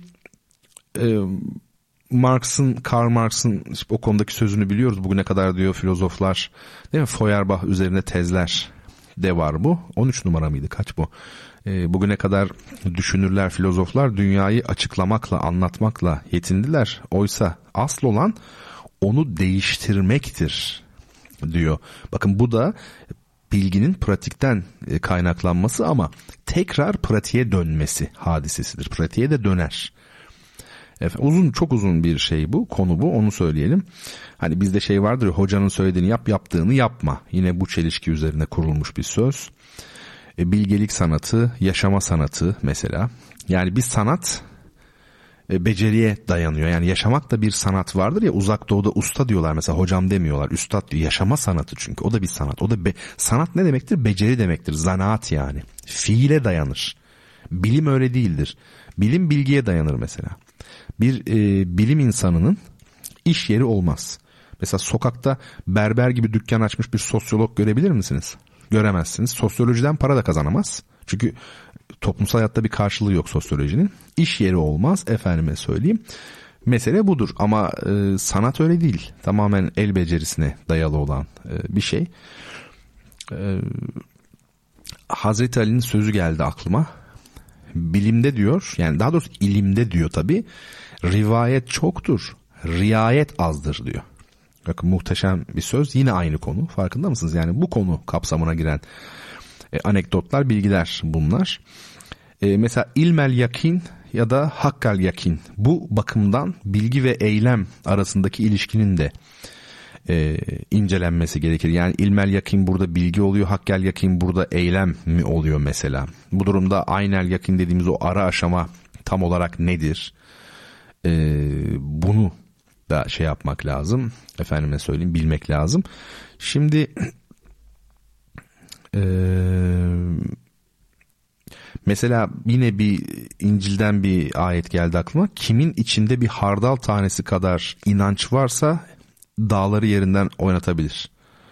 Karl Marx'ın o konudaki sözünü biliyoruz. Bugüne kadar diyor filozoflar, değil mi? Feuerbach üzerine tezler de var bu. 13 numara mıydı? Kaç bu? Bugüne kadar düşünürler, filozoflar dünyayı açıklamakla, anlatmakla yetindiler. Oysa asıl olan onu değiştirmektir diyor. Bakın bu da bilginin pratikten kaynaklanması ama tekrar pratiğe dönmesi hadisesidir. Pratiğe de döner. Çok uzun bir şey bu, konu bu, onu söyleyelim. Hani bizde şey vardır ya, hocanın söylediğini yap, yaptığını yapma. Yine bu çelişki üzerine kurulmuş bir söz. Bilgelik sanatı, yaşama sanatı mesela. Yani bir sanat beceriye dayanıyor. Yani yaşamak da bir sanat vardır ya, Uzak Doğu'da usta diyorlar mesela, hocam demiyorlar, üstad diyor. Yaşama sanatı çünkü o da bir sanat. O da sanat ne demektir? Beceri demektir. Zanaat yani. Fiile dayanır. Bilim öyle değildir. Bilim bilgiye dayanır mesela. Bir bilim insanının iş yeri olmaz. Mesela sokakta berber gibi dükkan açmış bir sosyolog görebilir misiniz? Göremezsiniz. Sosyolojiden para da kazanamaz. Çünkü toplumsal hayatta bir karşılığı yok sosyolojinin. İş yeri olmaz, efendime söyleyeyim. Mesele budur ama sanat öyle değil. Tamamen el becerisine dayalı olan bir şey. Hazreti Ali'nin sözü geldi aklıma. Bilimde diyor, yani daha doğrusu ilimde diyor tabii, rivayet çoktur, riayet azdır diyor. Bakın muhteşem bir söz, yine aynı konu, farkında mısınız? Yani bu konu kapsamına giren anekdotlar, bilgiler bunlar. Mesela ilmel yakin ya da hakkal yakin, bu bakımdan bilgi ve eylem arasındaki ilişkinin de incelenmesi gerekir. Yani ilmel yakin burada bilgi oluyor, hakkal yakin burada eylem mi oluyor mesela? Bu durumda aynel yakin dediğimiz o ara aşama tam olarak nedir? Bunu da şey yapmak lazım. Efendime söyleyeyim, bilmek lazım. Şimdi mesela yine bir İncil'den bir ayet geldi aklıma. Kimin içinde bir hardal tanesi kadar inanç varsa dağları yerinden oynatabilir.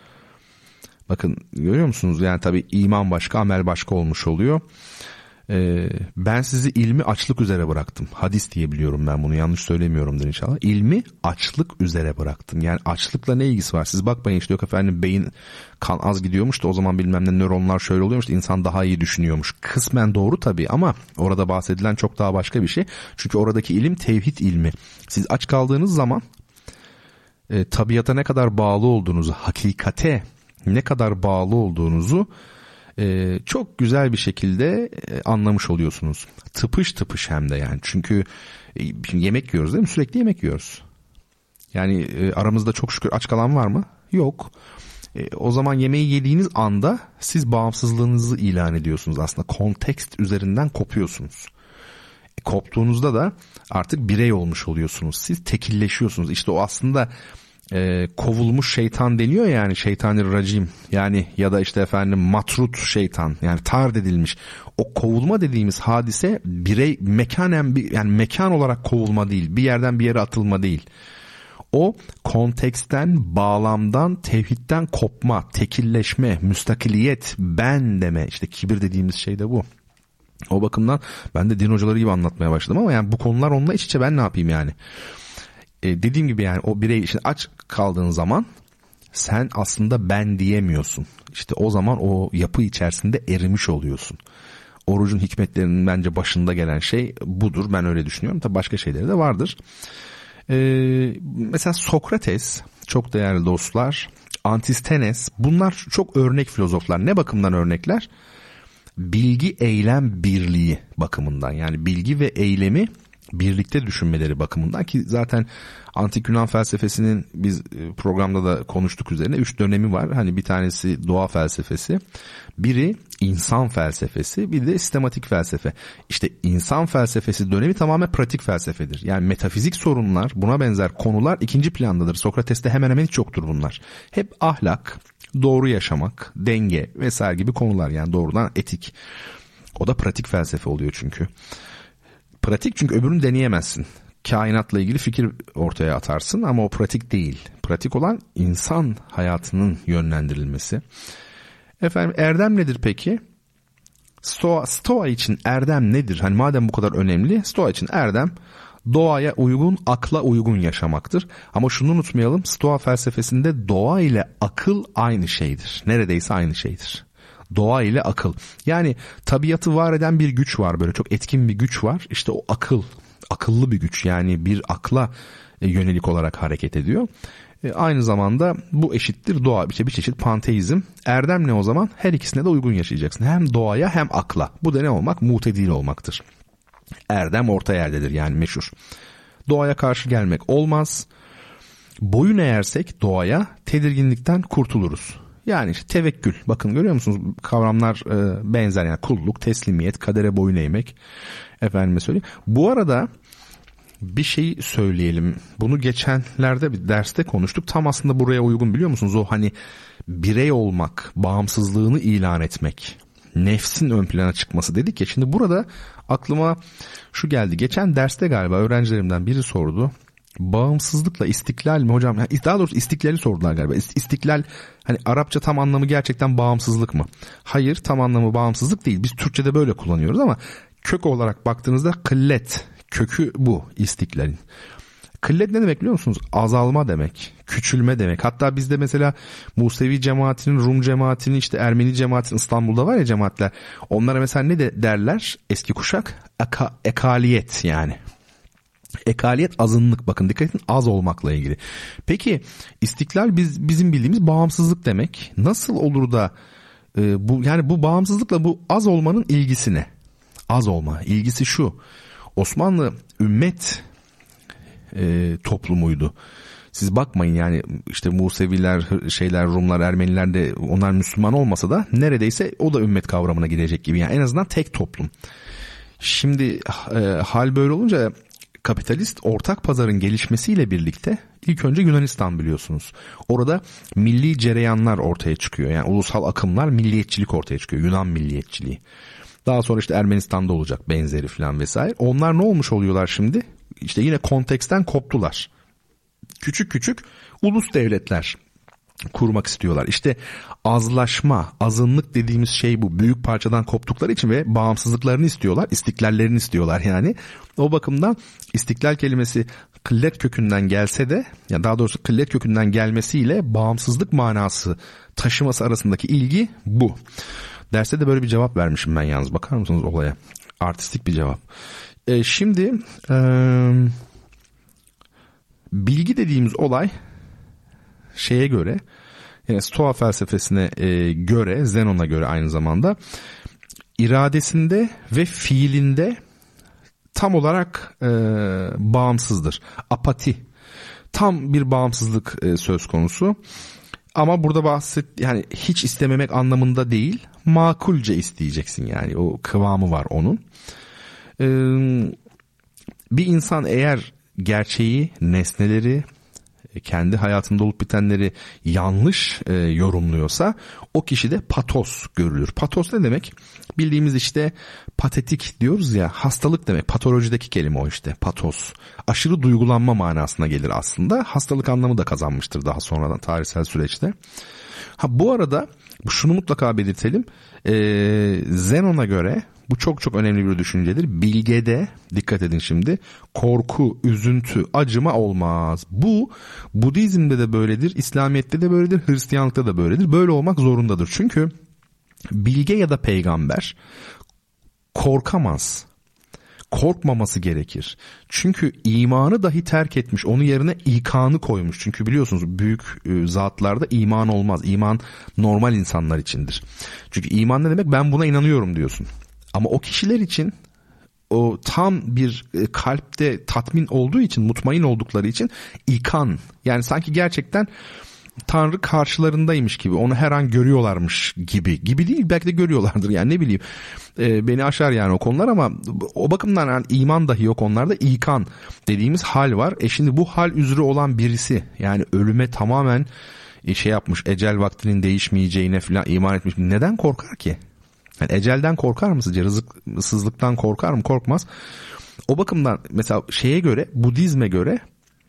Bakın görüyor musunuz? Yani tabii iman başka, amel başka olmuş oluyor. Ben sizi ilmi açlık üzere bıraktım. Hadis diye biliyorum ben bunu, yanlış söylemiyorumdur inşallah. İlmi açlık üzere bıraktım. Yani açlıkla ne ilgisi var? Siz bakmayın işte, yok efendim beyin kan az gidiyormuş da o zaman bilmem ne nöronlar şöyle oluyormuş da insan daha iyi düşünüyormuş. Kısmen doğru tabii ama orada bahsedilen çok daha başka bir şey. Çünkü oradaki ilim tevhid ilmi. Siz aç kaldığınız zaman tabiata ne kadar bağlı olduğunuzu, hakikate ne kadar bağlı olduğunuzu çok güzel bir şekilde anlamış oluyorsunuz. Tıpış tıpış hem de yani. Çünkü şimdi yemek yiyoruz değil mi? Sürekli yemek yiyoruz. Yani aramızda çok şükür aç kalan var mı? Yok. O zaman yemeği yediğiniz anda siz bağımsızlığınızı ilan ediyorsunuz aslında. Kontekst üzerinden kopuyorsunuz. Koptuğunuzda da artık birey olmuş oluyorsunuz. Siz tekilleşiyorsunuz. İşte o aslında kovulmuş şeytan deniyor yani, şeytanir racim yani, ya da işte efendim matrut şeytan, yani tard edilmiş. O kovulma dediğimiz hadise birey mekanen yani mekan olarak kovulma değil, bir yerden bir yere atılma değil. O konteksten, bağlamdan, tevhidden kopma, tekilleşme, müstakiliyet, ben deme, işte kibir dediğimiz şey de bu. O bakımdan ben de din hocaları gibi anlatmaya başladım ama yani bu konular onunla iç içe, ben ne yapayım yani. Dediğim gibi yani o birey için aç kaldığın zaman sen aslında ben diyemiyorsun. İşte o zaman o yapı içerisinde erimiş oluyorsun. Orucun hikmetlerinin bence başında gelen şey budur. Ben öyle düşünüyorum. Tabii başka şeyleri de vardır. Mesela Sokrates, çok değerli dostlar, Antistenes, bunlar çok örnek filozoflar. Ne bakımdan örnekler? Bilgi eylem birliği bakımından. Yani bilgi ve eylemi birlikte düşünmeleri bakımından, ki zaten Antik Yunan felsefesinin biz programda da konuştuk üzerine 3 dönemi var. Hani bir tanesi doğa felsefesi, biri insan felsefesi, bir de sistematik felsefe. İşte insan felsefesi dönemi tamamen pratik felsefedir. Yani metafizik sorunlar, buna benzer konular ikinci plandadır. Sokrates'te hemen hemen hiç yoktur bunlar. Hep ahlak, doğru yaşamak, denge vesaire gibi konular, yani doğrudan etik. O da pratik felsefe oluyor çünkü. Pratik çünkü öbürünü deneyemezsin. Kainatla ilgili fikir ortaya atarsın ama o pratik değil. Pratik olan insan hayatının yönlendirilmesi. Efendim, erdem nedir peki? Stoa için erdem nedir? Hani madem bu kadar önemli, Stoa için erdem doğaya uygun, akla uygun yaşamaktır. Ama şunu unutmayalım, Stoa felsefesinde doğa ile akıl aynı şeydir. Neredeyse aynı şeydir. Doğa ile akıl. Yani tabiatı var eden bir güç var, böyle çok etkin bir güç var. İşte o akıl, akıllı bir güç, yani bir akla yönelik olarak hareket ediyor. Aynı zamanda bu eşittir doğa, işte bir çeşit panteizm. Erdem ne o zaman? Her ikisine de uygun yaşayacaksın. Hem doğaya hem akla. Bu da ne olmak? Mutedil olmaktır. Erdem orta yerdedir, yani meşhur. Doğaya karşı gelmek olmaz. Boyun eğersek doğaya tedirginlikten kurtuluruz. Yani işte tevekkül. Bakın görüyor musunuz? Kavramlar benzer, yani kulluk, teslimiyet, kadere boyun eğmek. Efendime söyleyeyim. Bu arada bir şey söyleyelim. Bunu geçenlerde bir derste konuştuk. Tam aslında buraya uygun, biliyor musunuz? O hani birey olmak, bağımsızlığını ilan etmek, nefsin ön plana çıkması dedik ya. Şimdi burada aklıma şu geldi. Geçen derste galiba öğrencilerimden biri sordu. Bağımsızlıkla istiklal mi hocam? Daha doğrusu istiklali sordular galiba. İstiklal, hani Arapça tam anlamı gerçekten bağımsızlık mı? Hayır, tam anlamı bağımsızlık değil. Biz Türkçe'de böyle kullanıyoruz ama kök olarak baktığınızda kıllet kökü bu istiklalin. Kıllet ne demek biliyor musunuz? Azalma demek, küçülme demek. Hatta bizde mesela Musevi cemaatinin, Rum cemaatinin, işte Ermeni cemaatinin, İstanbul'da var ya cemaatler. Onlara mesela ne de derler eski kuşak? Ekaliyet yani. Ekaliyet azınlık, bakın dikkat edin, az olmakla ilgili. Peki istiklal bizim bildiğimiz bağımsızlık demek. Nasıl olur da bu bağımsızlıkla bu az olmanın ilgisi ne? Az olma ilgisi şu: Osmanlı ümmet toplumuydu. Siz bakmayın, yani işte Museviler, Rumlar, Ermeniler de, onlar Müslüman olmasa da neredeyse o da ümmet kavramına girecek gibi. Yani en azından tek toplum. Şimdi hal böyle olunca kapitalist ortak pazarın gelişmesiyle birlikte ilk önce Yunanistan, biliyorsunuz. Orada milli cereyanlar ortaya çıkıyor. Yani ulusal akımlar, milliyetçilik ortaya çıkıyor. Yunan milliyetçiliği. Daha sonra işte Ermenistan'da olacak benzeri falan vesaire. Onlar ne olmuş oluyorlar şimdi? İşte yine konteksten koptular. Küçük küçük ulus devletler kurmak istiyorlar. İşte azlaşma, azınlık dediğimiz şey bu. Büyük parçadan koptukları için ve bağımsızlıklarını istiyorlar, istiklallerini istiyorlar yani. O bakımdan istiklal kelimesi kıllet kökünden gelse de, ya daha doğrusu kıllet kökünden gelmesiyle bağımsızlık manası taşıması arasındaki ilgi bu. Derste de böyle bir cevap vermişim ben yalnız. Bakar mısınız olaya? Artistik bir cevap. Şimdi bilgi dediğimiz olay şeye göre, yani Stoa felsefesine göre, Zenon'a göre aynı zamanda iradesinde ve fiilinde tam olarak bağımsızdır. Apati, tam bir bağımsızlık söz konusu. Ama burada yani hiç istememek anlamında değil, makulce isteyeceksin, yani o kıvamı var onun. Bir insan eğer gerçeği, nesneleri, kendi hayatında olup bitenleri yanlış yorumluyorsa o kişide patos görülür. Patos ne demek? Bildiğimiz işte patetik diyoruz ya, hastalık demek. Patolojideki kelime o işte, patos. Aşırı duygulanma manasına gelir aslında. Hastalık anlamı da kazanmıştır daha sonradan tarihsel süreçte. Bu arada şunu mutlaka belirtelim. Zenon'a göre bu çok çok önemli bir düşüncedir. Bilgede, dikkat edin şimdi, korku, üzüntü, acıma olmaz. Bu Budizm'de de böyledir, İslamiyet'te de böyledir, Hristiyanlıkta da böyledir. Böyle olmak zorundadır. Çünkü bilge ya da peygamber korkamaz. Korkmaması gerekir. Çünkü imanı dahi terk etmiş, onun yerine ikanı koymuş. Çünkü biliyorsunuz büyük zatlarda iman olmaz. İman normal insanlar içindir. Çünkü iman ne demek? Ben buna inanıyorum diyorsun. Ama o kişiler için o tam bir kalpte tatmin olduğu için, mutmain oldukları için ikan, yani sanki gerçekten Tanrı karşılarındaymış gibi, onu her an görüyorlarmış gibi değil, belki de görüyorlardır yani, ne bileyim, beni aşar yani o konular, ama o bakımdan yani iman dahi yok onlarda, ikan dediğimiz hal var. Şimdi bu hal üzere olan birisi, yani ölüme tamamen şey yapmış, ecel vaktinin değişmeyeceğine falan iman etmiş, neden korkar ki? Yani ecelden korkar mı sizce? Rızıksızlıktan korkar mı? Korkmaz. O bakımdan mesela şeye göre, Budizme göre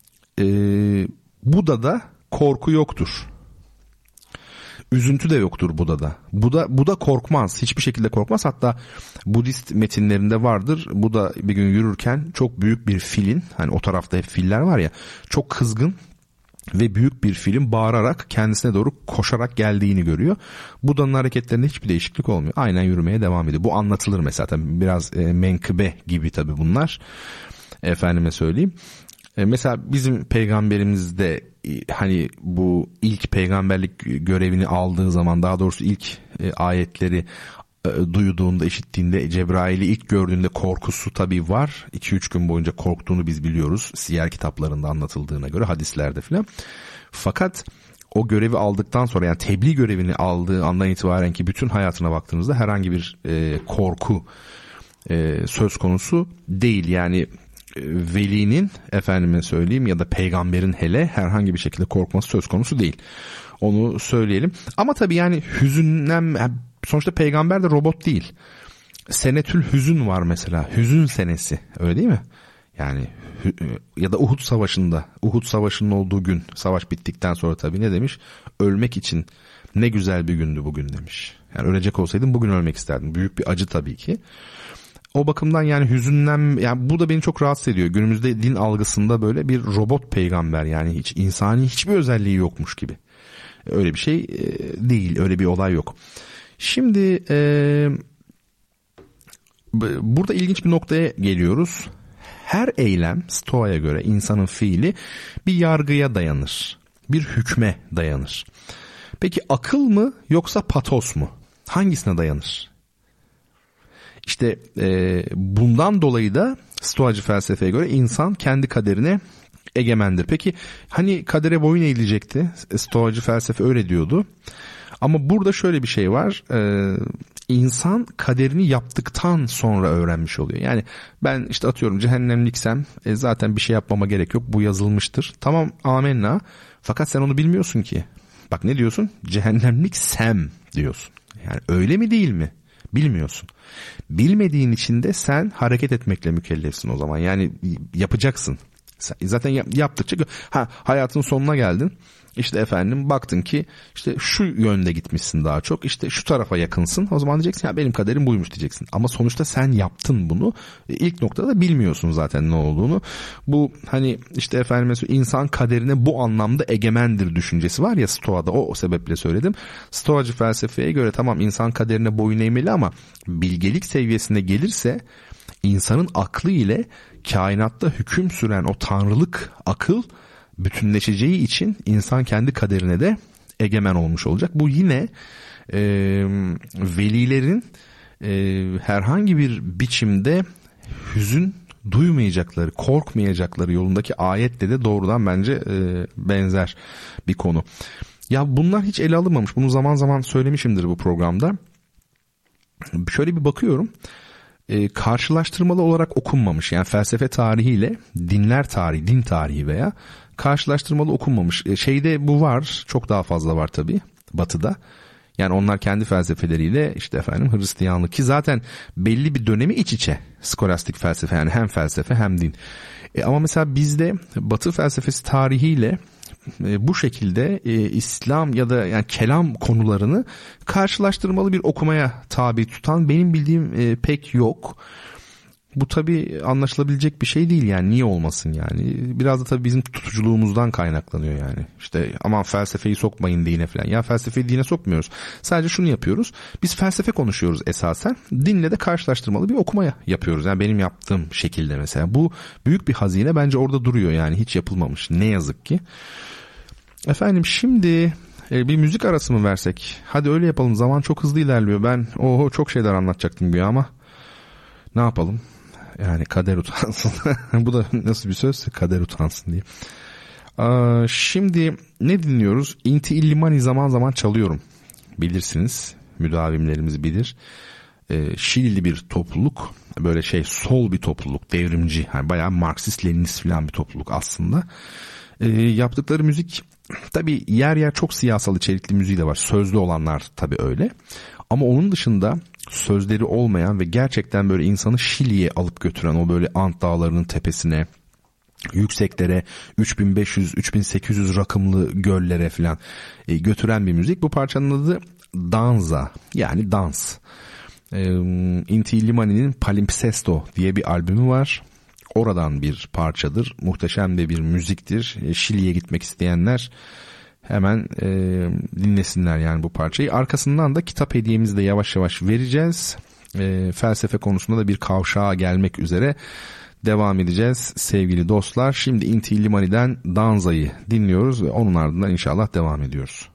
Buda'da korku yoktur. Üzüntü de yoktur Buda'da. Buda korkmaz. Hiçbir şekilde korkmaz. Hatta Budist metinlerinde vardır. Buda bir gün yürürken çok büyük bir filin, hani o tarafta hep filler var ya, çok kızgın ve büyük bir filin bağırarak kendisine doğru koşarak geldiğini görüyor. Buda'nın hareketlerinde hiçbir değişiklik olmuyor. Aynen yürümeye devam ediyor. Bu anlatılır mesela. Tabii biraz menkıbe gibi tabii bunlar. Efendime söyleyeyim. Mesela bizim peygamberimiz de hani bu ilk peygamberlik görevini aldığı zaman, daha doğrusu ilk ayetleri duyduğunda, işittiğinde, Cebrail'i ilk gördüğünde korkusu tabii var. 2-3 gün boyunca korktuğunu biz biliyoruz. Siyer kitaplarında anlatıldığına göre, hadislerde filan. Fakat o görevi aldıktan sonra, yani tebliğ görevini aldığı andan itibaren ki bütün hayatına baktığınızda herhangi bir korku söz konusu değil. Yani velinin, efendime söyleyeyim, ya da peygamberin hele herhangi bir şekilde korkması söz konusu değil. Onu söyleyelim. Ama tabii yani sonuçta peygamber de robot değil. Senetül hüzün var mesela. Hüzün senesi. Öyle değil mi? Yani ya da Uhud Savaşı'nda. Uhud Savaşı'nın olduğu gün. Savaş bittikten sonra tabii ne demiş? Ölmek için ne güzel bir gündü bugün demiş. Yani ölecek olsaydım bugün ölmek isterdim. Büyük bir acı tabii ki. O bakımdan yani yani bu da beni çok rahatsız ediyor. Günümüzde din algısında böyle bir robot peygamber, yani hiç insani hiçbir özelliği yokmuş gibi. Öyle bir şey değil, öyle bir olay yok. Şimdi burada ilginç bir noktaya geliyoruz. Her eylem Stoa'ya göre, insanın fiili bir yargıya dayanır. Bir hükme dayanır. Peki akıl mı yoksa patos mu? Hangisine dayanır? İşte bundan dolayı da Stoacı felsefeye göre insan kendi kaderine egemendir. Peki hani kadere boyun eğilecekti? Stoacı felsefe öyle diyordu. Ama burada şöyle bir şey var. İnsan kaderini yaptıktan sonra öğrenmiş oluyor. Yani ben işte atıyorum cehennemliksem zaten bir şey yapmama gerek yok. Bu yazılmıştır. Tamam, amenna. Fakat sen onu bilmiyorsun ki. Bak ne diyorsun? Cehennemliksem diyorsun. Yani öyle mi değil mi? Bilmiyorsun. Bilmediğin için de sen hareket etmekle mükellefsin o zaman. Yani yapacaksın. Zaten yaptıkça hayatın sonuna geldin. İşte efendim baktın ki işte şu yönde gitmişsin daha çok. İşte şu tarafa yakınsın. O zaman diyeceksin ya benim kaderim buymuş diyeceksin. Ama sonuçta sen yaptın bunu. İlk noktada bilmiyorsun zaten ne olduğunu. Bu hani işte efendim mesela insan kaderine bu anlamda egemendir düşüncesi var ya Stoa'da. O sebeple söyledim. Stoacı felsefeye göre tamam insan kaderine boyun eğmeli ama bilgelik seviyesine gelirse insanın aklı ile kainatta hüküm süren o tanrılık akıl bütünleşeceği için insan kendi kaderine de egemen olmuş olacak. Bu yine velilerin herhangi bir biçimde hüzün duymayacakları, korkmayacakları yolundaki ayetle de doğrudan bence benzer bir konu. Ya bunlar hiç ele alınmamış. Bunu zaman zaman söylemişimdir bu programda. Şöyle bir bakıyorum. Karşılaştırmalı olarak okunmamış. Yani felsefe tarihiyle dinler tarihi, din tarihi veya karşılaştırmalı okunmamış. Şeyde bu var. Çok daha fazla var tabii Batı'da. Yani onlar kendi felsefeleriyle işte efendim Hristiyanlık ki zaten belli bir dönemi iç içe. Skolastik felsefe yani hem felsefe hem din. Ama mesela bizde Batı felsefesi tarihiyle bu şekilde İslam ya da yani kelam konularını karşılaştırmalı bir okumaya tabi tutan benim bildiğim pek yok. Bu tabii anlaşılabilecek bir şey değil yani niye olmasın yani. Biraz da tabii bizim tutuculuğumuzdan kaynaklanıyor yani. İşte aman felsefeyi sokmayın dine falan. Ya felsefeyi dine sokmuyoruz. Sadece şunu yapıyoruz. Biz felsefe konuşuyoruz esasen. Dinle de karşılaştırmalı bir okumaya yapıyoruz. Yani benim yaptığım şekilde mesela. Bu büyük bir hazine bence orada duruyor yani hiç yapılmamış. Ne yazık ki. Efendim şimdi bir müzik arası mı versek? Hadi öyle yapalım. Zaman çok hızlı ilerliyor. Ben çok şeyler anlatacaktım güya ama ne yapalım? Yani kader utansın. Bu da nasıl bir söz? Kader utansın diye. Şimdi ne dinliyoruz? Inti Illimani zaman zaman çalıyorum. Bilirsiniz. Müdavimlerimiz bilir. Şilili bir topluluk. Böyle sol bir topluluk. Devrimci. Yani bayağı Marksist Leninist falan bir topluluk aslında. Yaptıkları müzik tabii yer yer çok siyasal içerikli müziği de var. Sözlü olanlar tabii öyle. Ama onun dışında sözleri olmayan ve gerçekten böyle insanı Şili'ye alıp götüren, o böyle Ant Dağları'nın tepesine, yükseklere, 3500-3800 rakımlı göllere falan götüren bir müzik. Bu parçanın adı Danza, yani dans. Inti Illimani'nin Palimpsesto diye bir albümü var. Oradan bir parçadır. Muhteşem de bir müziktir. Şili'ye gitmek isteyenler hemen dinlesinler yani bu parçayı. Arkasından da kitap hediyemizi de yavaş yavaş vereceğiz. Felsefe konusunda da bir kavşağa gelmek üzere devam edeceğiz sevgili dostlar. Şimdi Inti Illimani'den Danza'yı dinliyoruz ve onun ardından inşallah devam ediyoruz.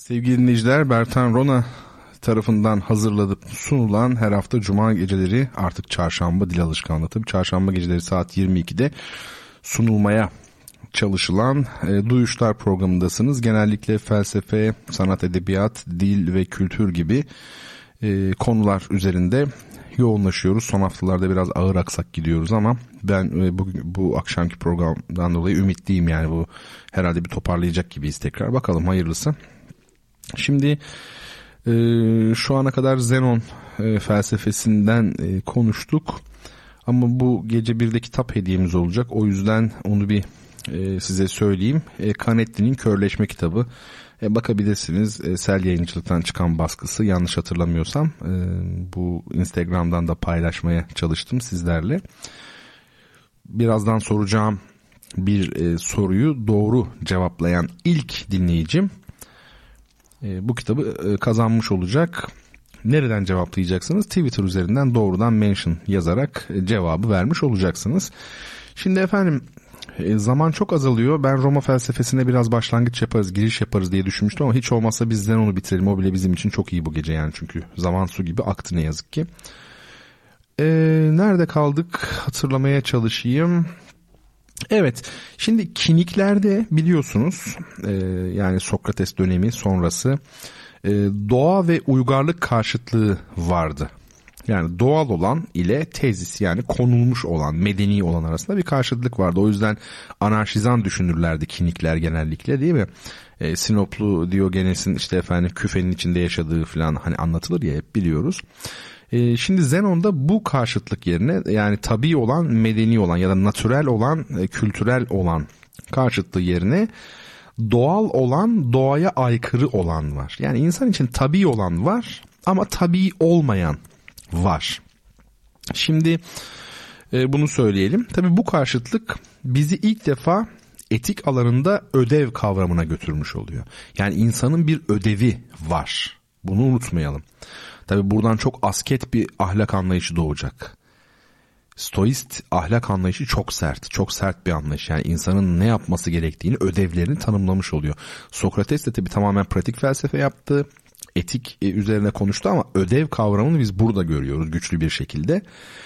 Sevgili dinleyiciler, Bertan Rona tarafından hazırlanıp sunulan her hafta Cuma geceleri, artık çarşamba dil alışkanlığı tabii, çarşamba geceleri saat 22'de sunulmaya çalışılan Duyuşlar programındasınız. Genellikle felsefe, sanat, edebiyat, dil ve kültür gibi konular üzerinde yoğunlaşıyoruz. Son haftalarda biraz ağır aksak gidiyoruz ama ben bu akşamki programdan dolayı ümitliyim, yani bu herhalde bir toparlayacak gibiyiz tekrar. Bakalım, hayırlısı. Şimdi şu ana kadar Zenon felsefesinden konuştuk ama bu gece bir de kitap hediyemiz olacak. O yüzden onu bir size söyleyeyim. Canetti'nin Körleşme kitabı. Bakabilirsiniz. Sel Yayıncılık'tan çıkan baskısı, yanlış hatırlamıyorsam. Bu Instagram'dan da paylaşmaya çalıştım sizlerle. Birazdan soracağım bir soruyu doğru cevaplayan ilk dinleyicim bu kitabı kazanmış olacak. Nereden cevaplayacaksınız? Twitter üzerinden doğrudan mention yazarak cevabı vermiş olacaksınız. Şimdi efendim, zaman çok azalıyor. Ben Roma felsefesine biraz başlangıç yaparız, giriş yaparız diye düşünmüştüm ama hiç olmazsa bizden onu bitirelim. O bile bizim için çok iyi bu gece yani, çünkü zaman su gibi aktı ne yazık ki. Nerede kaldık? Hatırlamaya çalışayım. Evet, şimdi Kiniklerde biliyorsunuz yani Sokrates dönemi sonrası doğa ve uygarlık karşıtlığı vardı. Yani doğal olan ile tezis, yani konulmuş olan, medeni olan arasında bir karşıtlık vardı. O yüzden anarşizan düşünürlerdi Kinikler genellikle, değil mi? Sinoplu Diogenes'in işte efendim küfenin içinde yaşadığı falan hani anlatılır ya, hep biliyoruz. Şimdi Zenon'da bu karşıtlık yerine, yani tabii olan medeni olan ya da natürel olan kültürel olan karşıtlığı yerine doğal olan, doğaya aykırı olan var. Yani insan için tabii olan var ama tabii olmayan var. Şimdi bunu söyleyelim. Tabii bu karşıtlık bizi ilk defa etik alanında ödev kavramına götürmüş oluyor. Yani insanın bir ödevi var. Bunu unutmayalım. Tabii buradan çok asket bir ahlak anlayışı doğacak. Stoist ahlak anlayışı çok sert. Çok sert bir anlayış. Yani insanın ne yapması gerektiğini, ödevlerini tanımlamış oluyor. Sokrates de tabii tamamen pratik felsefe yaptı. Etik üzerine konuştu ama ödev kavramını biz burada görüyoruz güçlü bir şekilde.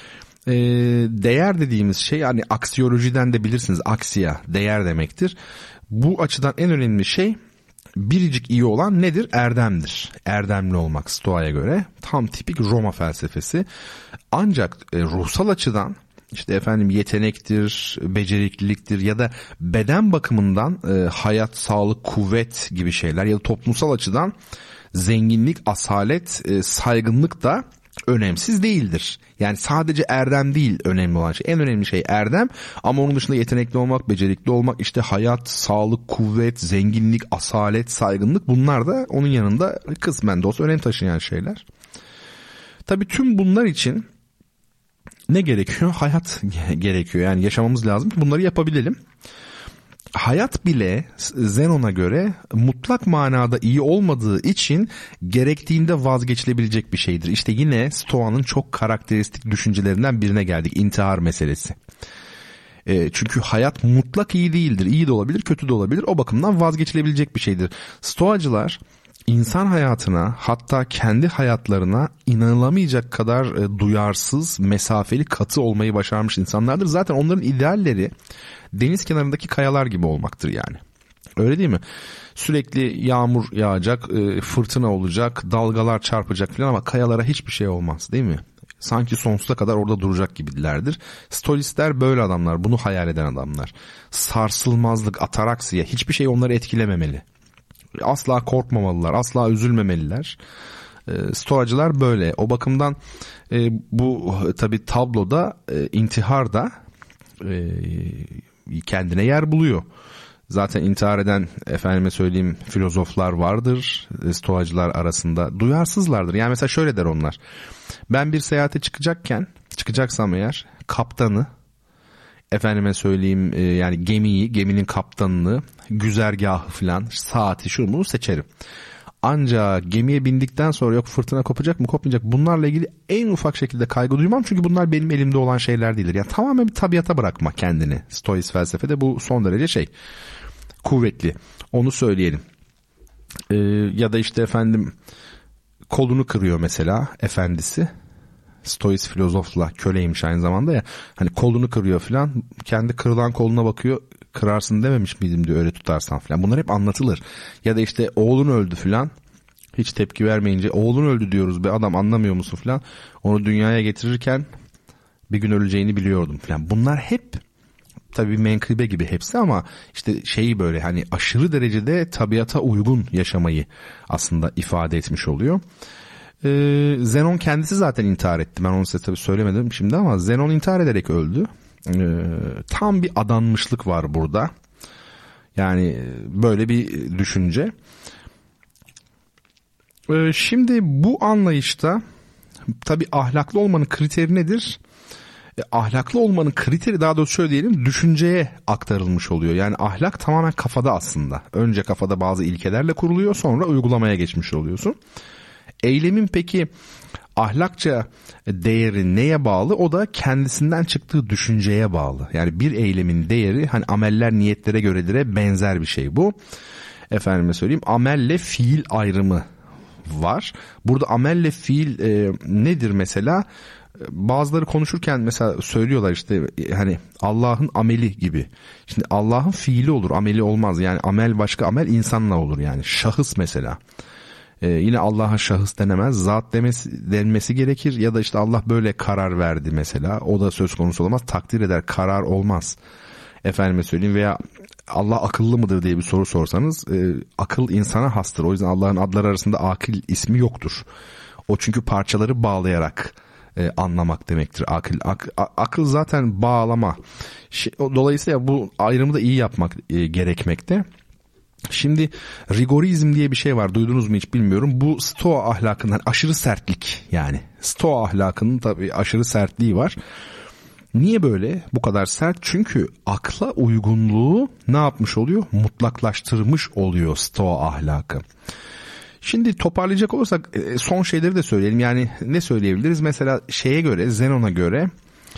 Değer dediğimiz şey, yani aksiyolojiden de bilirsiniz, aksiya değer demektir. Bu açıdan en önemli şey, biricik iyi olan nedir? Erdemdir. Erdemli olmak Stoa'ya göre. Tam tipik Roma felsefesi. Ancak ruhsal açıdan işte efendim yetenektir, becerikliliktir ya da beden bakımından hayat, sağlık, kuvvet gibi şeyler ya da toplumsal açıdan zenginlik, asalet, saygınlık da önemsiz değildir. Yani sadece erdem değil önemli olan şey. En önemli şey erdem, ama onun dışında yetenekli olmak, becerikli olmak, işte hayat, sağlık, kuvvet, zenginlik, asalet, saygınlık, bunlar da onun yanında kısmen de olsa önem taşıyan şeyler. Tabii tüm bunlar için ne gerekiyor? Hayat gerekiyor. Yani yaşamamız lazım ki bunları yapabilelim. Hayat bile Zenon'a göre mutlak manada iyi olmadığı için gerektiğinde vazgeçilebilecek bir şeydir. İşte yine Stoa'nın çok karakteristik düşüncelerinden birine geldik. İntihar meselesi. Çünkü hayat mutlak iyi değildir. İyi de olabilir, kötü de olabilir. O bakımdan vazgeçilebilecek bir şeydir. Stoacılar insan hayatına, hatta kendi hayatlarına inanılamayacak kadar duyarsız, mesafeli, katı olmayı başarmış insanlardır. Zaten onların idealleri deniz kenarındaki kayalar gibi olmaktır yani. Öyle değil mi? Sürekli yağmur yağacak, fırtına olacak, dalgalar çarpacak falan ama kayalara hiçbir şey olmaz, değil mi? Sanki sonsuza kadar orada duracak gibilerdir. Stoistler böyle adamlar, bunu hayal eden adamlar. Sarsılmazlık, ataraksiya, hiçbir şey onları etkilememeli. Asla korkmamalılar, asla üzülmemeliler. Stoacılar böyle. O bakımdan bu tabii tabloda intihar da kendine yer buluyor. Zaten intihar eden, efendime söyleyeyim, filozoflar vardır Stoacılar arasında. Duyarsızlardır. Yani mesela şöyle der onlar. Ben bir seyahate çıkacaksam eğer, kaptanı, efendime söyleyeyim yani geminin kaptanını, güzergahı falan, saati, şunu bunu seçerim. Ancak gemiye bindikten sonra yok fırtına kopacak mı kopmayacak, bunlarla ilgili en ufak şekilde kaygı duymam, çünkü bunlar benim elimde olan şeyler değildir. Yani tamamen bir tabiata bırakma kendini. Stoist felsefede bu son derece kuvvetli. Onu söyleyelim. Ya da işte efendim kolunu kırıyor mesela efendisi. Stoist filozofla köleymiş aynı zamanda ya. Hani kolunu kırıyor falan. Kendi kırılan koluna bakıyor. Kırarsın dememiş miydim diyor öyle tutarsan falan. Bunlar hep anlatılır. Ya da işte oğlun öldü falan. Hiç tepki vermeyince oğlun öldü diyoruz be adam anlamıyor musun falan. Onu dünyaya getirirken bir gün öleceğini biliyordum falan. Bunlar hep tabii menkıbe gibi hepsi ama işte şeyi böyle hani aşırı derecede tabiata uygun yaşamayı aslında ifade etmiş oluyor. Zenon kendisi zaten intihar etti. Ben onu size tabii söylemedim şimdi ama Zenon intihar ederek öldü. Tam bir adanmışlık var burada. Yani böyle bir düşünce. Şimdi bu anlayışta tabii ahlaklı olmanın kriteri nedir? Ahlaklı olmanın kriteri daha doğrusu şöyle diyelim düşünceye aktarılmış oluyor. Yani ahlak tamamen kafada aslında. Önce kafada bazı ilkelerle kuruluyor sonra uygulamaya geçmiş oluyorsun. Eylemin peki ahlakça değeri neye bağlı? O da kendisinden çıktığı düşünceye bağlı. Yani bir eylemin değeri hani ameller niyetlere göredir'e benzer bir şey bu. Efendime söyleyeyim amelle fiil ayrımı var. Burada amelle fiil nedir mesela? Bazıları konuşurken mesela söylüyorlar işte hani Allah'ın ameli gibi. Şimdi Allah'ın fiili olur, ameli olmaz. Yani amel başka amel insanla olur yani. Şahıs mesela. Yine Allah'a şahıs denemez. Zat denmesi gerekir ya da işte Allah böyle karar verdi mesela. O da söz konusu olamaz. Takdir eder, karar olmaz. Efendime söyleyeyim veya Allah akıllı mıdır diye bir soru sorsanız akıl insana hastır. O yüzden Allah'ın adları arasında akil ismi yoktur. O çünkü parçaları bağlayarak anlamak demektir. Akıl zaten bağlama. Dolayısıyla bu ayrımı da iyi yapmak gerekmekte. Şimdi rigorizm diye bir şey var. Duydunuz mu hiç bilmiyorum. Bu Stoa ahlakından aşırı sertlik yani. Stoa ahlakının tabii aşırı sertliği var. Niye böyle bu kadar sert? Çünkü akla uygunluğu ne yapmış oluyor? Mutlaklaştırmış oluyor Stoa ahlakı. Şimdi toparlayacak olursak son şeyleri de söyleyelim. Yani ne söyleyebiliriz? Mesela şeye göre, Zenon'a göre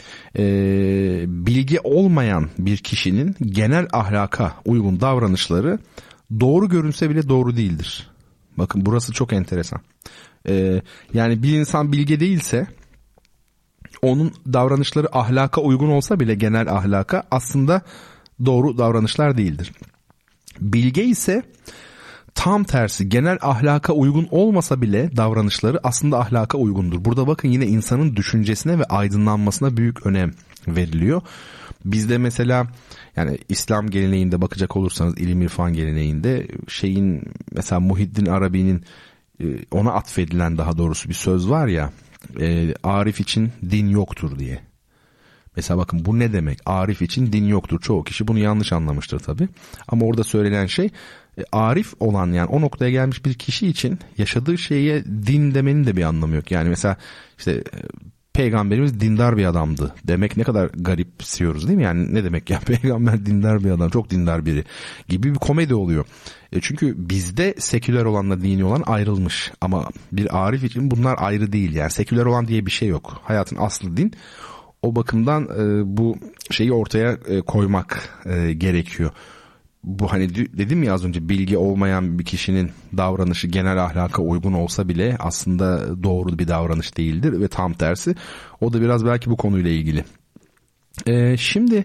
bilgi olmayan bir kişinin genel ahlaka uygun davranışları doğru görünse bile doğru değildir. Bakın burası çok enteresan. Yani bir insan bilge değilse onun davranışları ahlaka uygun olsa bile genel ahlaka aslında doğru davranışlar değildir. Bilge ise tam tersi genel ahlaka uygun olmasa bile davranışları aslında ahlaka uygundur. Burada bakın yine insanın düşüncesine ve aydınlanmasına büyük önem veriliyor. Bizde mesela yani İslam geleneğinde bakacak olursanız ilim irfan geleneğinde mesela Muhiddin Arabi'nin ona atfedilen daha doğrusu bir söz var ya Arif için din yoktur diye. Mesela bakın bu ne demek? Arif için din yoktur. Çoğu kişi bunu yanlış anlamıştır tabii. Ama orada söylenen şey arif olan yani o noktaya gelmiş bir kişi için yaşadığı şeye din demenin de bir anlamı yok. Yani mesela işte Peygamberimiz dindar bir adamdı demek ne kadar garipsiyoruz değil mi? Yani ne demek ya peygamber dindar bir adam, çok dindar biri gibi bir komedi oluyor. Çünkü bizde seküler olanla dini olan ayrılmış ama bir arif için bunlar ayrı değil. Yani seküler olan diye bir şey yok. Hayatın aslı din. O bakımdan bu şeyi ortaya koymak gerekiyor. Bu hani dedim ya az önce bilgi olmayan bir kişinin davranışı genel ahlaka uygun olsa bile aslında doğru bir davranış değildir ve tam tersi. O da biraz belki bu konuyla ilgili. Şimdi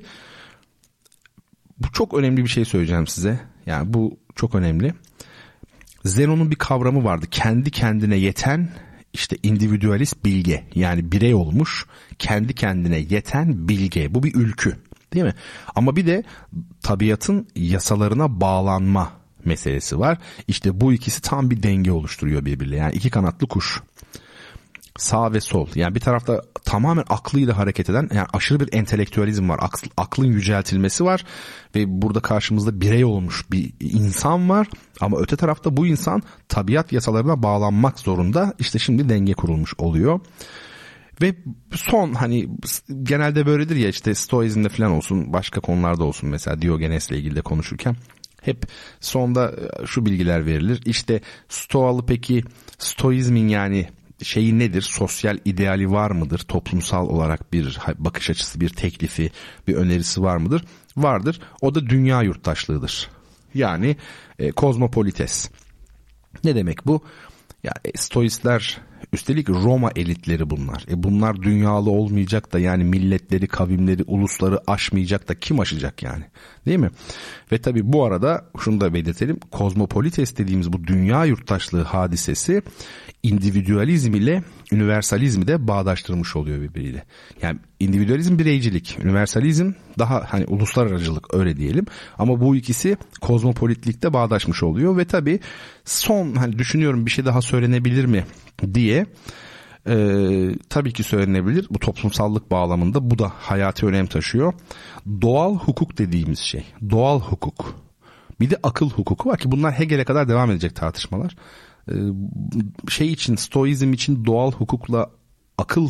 bu çok önemli bir şey söyleyeceğim size. Yani bu çok önemli. Zenon'un bir kavramı vardı. Kendi kendine yeten işte individualist bilge yani birey olmuş kendi kendine yeten bilge. Bu bir ülkü. Değil mi? Ama bir de tabiatın yasalarına bağlanma meselesi var. İşte bu ikisi tam bir denge oluşturuyor birbiriyle. Yani iki kanatlı kuş. Sağ ve sol. Yani bir tarafta tamamen aklıyla hareket eden yani aşırı bir entelektüelizm var. Aklın yüceltilmesi var. Ve burada karşımızda birey olmuş bir insan var. Ama öte tarafta bu insan tabiat yasalarına bağlanmak zorunda. İşte şimdi denge kurulmuş oluyor. Ve son hani genelde böyledir ya işte stoizmde falan olsun başka konularda olsun mesela Diogenes'le ilgili de konuşurken hep sonda şu bilgiler verilir. İşte stoalı peki stoizmin yani şeyi nedir? Sosyal ideali var mıdır? Toplumsal olarak bir bakış açısı, bir teklifi, bir önerisi var mıdır? Vardır. O da dünya yurttaşlığıdır. Yani kozmopolites. Ne demek bu? Ya stoistler, üstelik Roma elitleri bunlar. Bunlar dünyalı olmayacak da, yani milletleri, kavimleri, ulusları aşmayacak da kim aşacak yani? Değil mi? Ve tabii bu arada şunu da belirtelim. Kozmopolites dediğimiz bu dünya yurttaşlığı hadisesi individüalizm ile üniversalizmi de bağdaştırmış oluyor birbiriyle. Yani individüalizm bireycilik, üniversalizm daha hani uluslararacılık, öyle diyelim. Ama bu ikisi kozmopolitlikte bağdaşmış oluyor ve tabii son, hani düşünüyorum bir şey daha söylenebilir mi diye, tabii ki söylenebilir. Bu toplumsallık bağlamında bu da hayati önem taşıyor. Doğal hukuk dediğimiz şey. Doğal hukuk. Bir de akıl hukuku var ki bunlar Hegel'e kadar devam edecek tartışmalar. Şey için, Stoizm için doğal hukukla akıl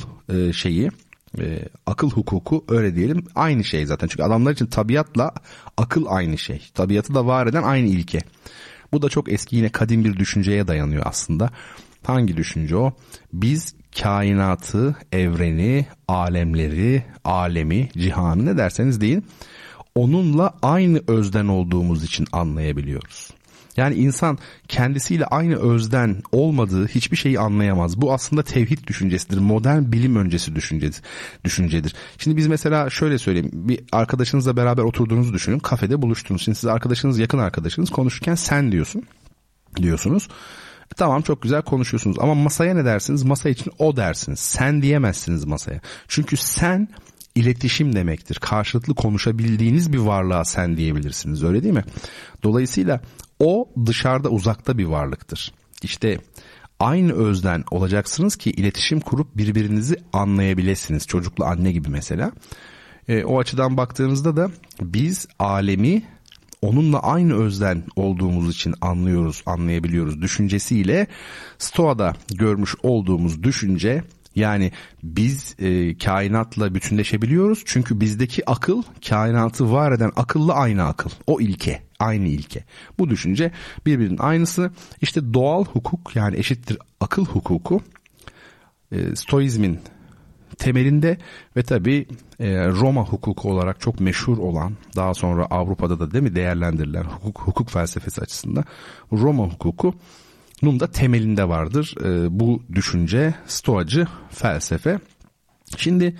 akıl hukuku, öyle diyelim, aynı şey zaten. Çünkü adamlar için tabiatla akıl aynı şey. Tabiatı da var eden aynı ilke. Bu da çok eski, yine kadim bir düşünceye dayanıyor aslında. Hangi düşünce o? Biz kainatı, evreni, alemleri, alemi, cihanı, ne derseniz deyin, onunla aynı özden olduğumuz için anlayabiliyoruz. Yani insan kendisiyle aynı özden olmadığı hiçbir şeyi anlayamaz. Bu aslında tevhid düşüncesidir. Modern bilim öncesi düşüncedir. Şimdi biz mesela şöyle söyleyeyim. Bir arkadaşınızla beraber oturduğunuzu düşünün. Kafede buluştunuz. Şimdi siz arkadaşınız, yakın arkadaşınız, konuşurken sen diyorsunuz. Tamam, çok güzel konuşuyorsunuz ama masaya ne dersiniz? Masa için o dersiniz. Sen diyemezsiniz masaya. Çünkü sen iletişim demektir. Karşılıklı konuşabildiğiniz bir varlığa sen diyebilirsiniz, öyle değil mi? Dolayısıyla o dışarıda, uzakta bir varlıktır. İşte aynı özden olacaksınız ki iletişim kurup birbirinizi anlayabilirsiniz. Çocukla anne gibi mesela. O açıdan baktığınızda da biz alemi onunla aynı özden olduğumuz için anlıyoruz, anlayabiliyoruz düşüncesiyle Stoa'da görmüş olduğumuz düşünce, yani biz kainatla bütünleşebiliyoruz çünkü bizdeki akıl kainatı var eden akılla aynı akıl. O ilke, aynı ilke. Bu düşünce birbirinin aynısı. İşte doğal hukuk, yani eşittir akıl hukuku, Stoizmin temelinde ve tabii Roma hukuku olarak çok meşhur olan, daha sonra Avrupa'da da değil mi değerlendirilen hukuk felsefesi açısından Roma hukukunun da temelinde vardır bu düşünce, stoacı felsefe. Şimdi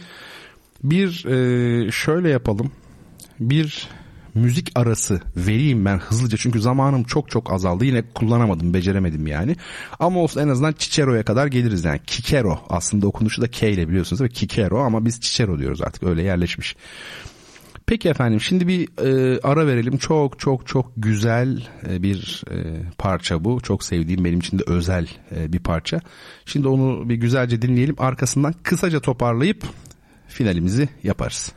şöyle yapalım, bir müzik arası vereyim ben hızlıca, çünkü zamanım çok azaldı, yine kullanamadım, beceremedim yani, ama olsun, en azından Cicero'ya kadar geliriz. Yani Cicero aslında okunuşu da K ile, biliyorsunuz, ve Cicero, ama biz Cicero diyoruz artık, öyle yerleşmiş. Peki efendim, şimdi bir ara verelim. Çok güzel bir parça bu, çok sevdiğim, benim için de özel bir parça. Şimdi onu bir güzelce dinleyelim, arkasından kısaca toparlayıp finalimizi yaparız.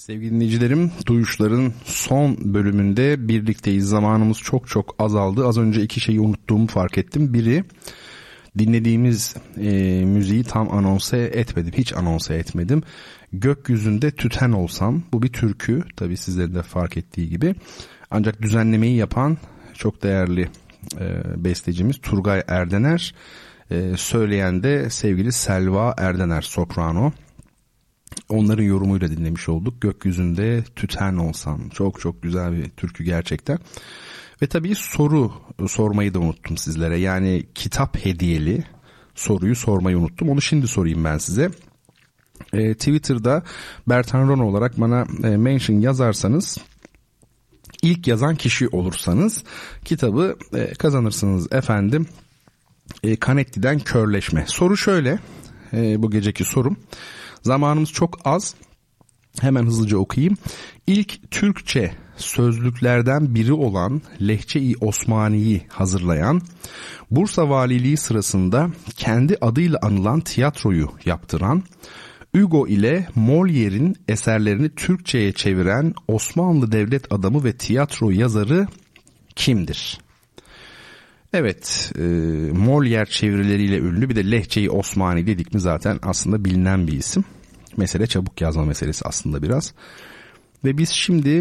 Sevgili dinleyicilerim, Duyuşların son bölümünde birlikteyiz. Zamanımız çok azaldı. Az önce iki şeyi unuttuğumu fark ettim. Biri, dinlediğimiz müziği tam anonse etmedim. Hiç anonse etmedim. Gökyüzünde tüten olsam, bu bir türkü. Tabii sizlerin de fark ettiği gibi. Ancak düzenlemeyi yapan çok değerli bestecimiz Turgay Erdener. Söyleyen de sevgili Selva Erdener, soprano. Onların yorumuyla dinlemiş olduk. Gökyüzünde tüten olsam. Çok güzel bir türkü gerçekten. Ve tabii soru sormayı da unuttum sizlere. Yani kitap hediyeli soruyu sormayı unuttum. Onu şimdi sorayım ben size. Twitter'da Bertan Ron olarak bana mention yazarsanız, ilk yazan kişi olursanız kitabı kazanırsınız efendim. Canetti'den Körleşme. Soru şöyle, bu geceki sorum. Zamanımız çok az. Hemen hızlıca okuyayım. İlk Türkçe sözlüklerden biri olan Lehçe-i Osmani'yi hazırlayan, Bursa Valiliği sırasında kendi adıyla anılan tiyatroyu yaptıran, Hugo ile Molière'in eserlerini Türkçe'ye çeviren Osmanlı devlet adamı ve tiyatro yazarı kimdir? Evet, Molière çevirileriyle ünlü, bir de Lehçe-i Osmani dedik mi zaten aslında bilinen bir isim. Mesele çabuk yazma meselesi aslında biraz. Ve biz şimdi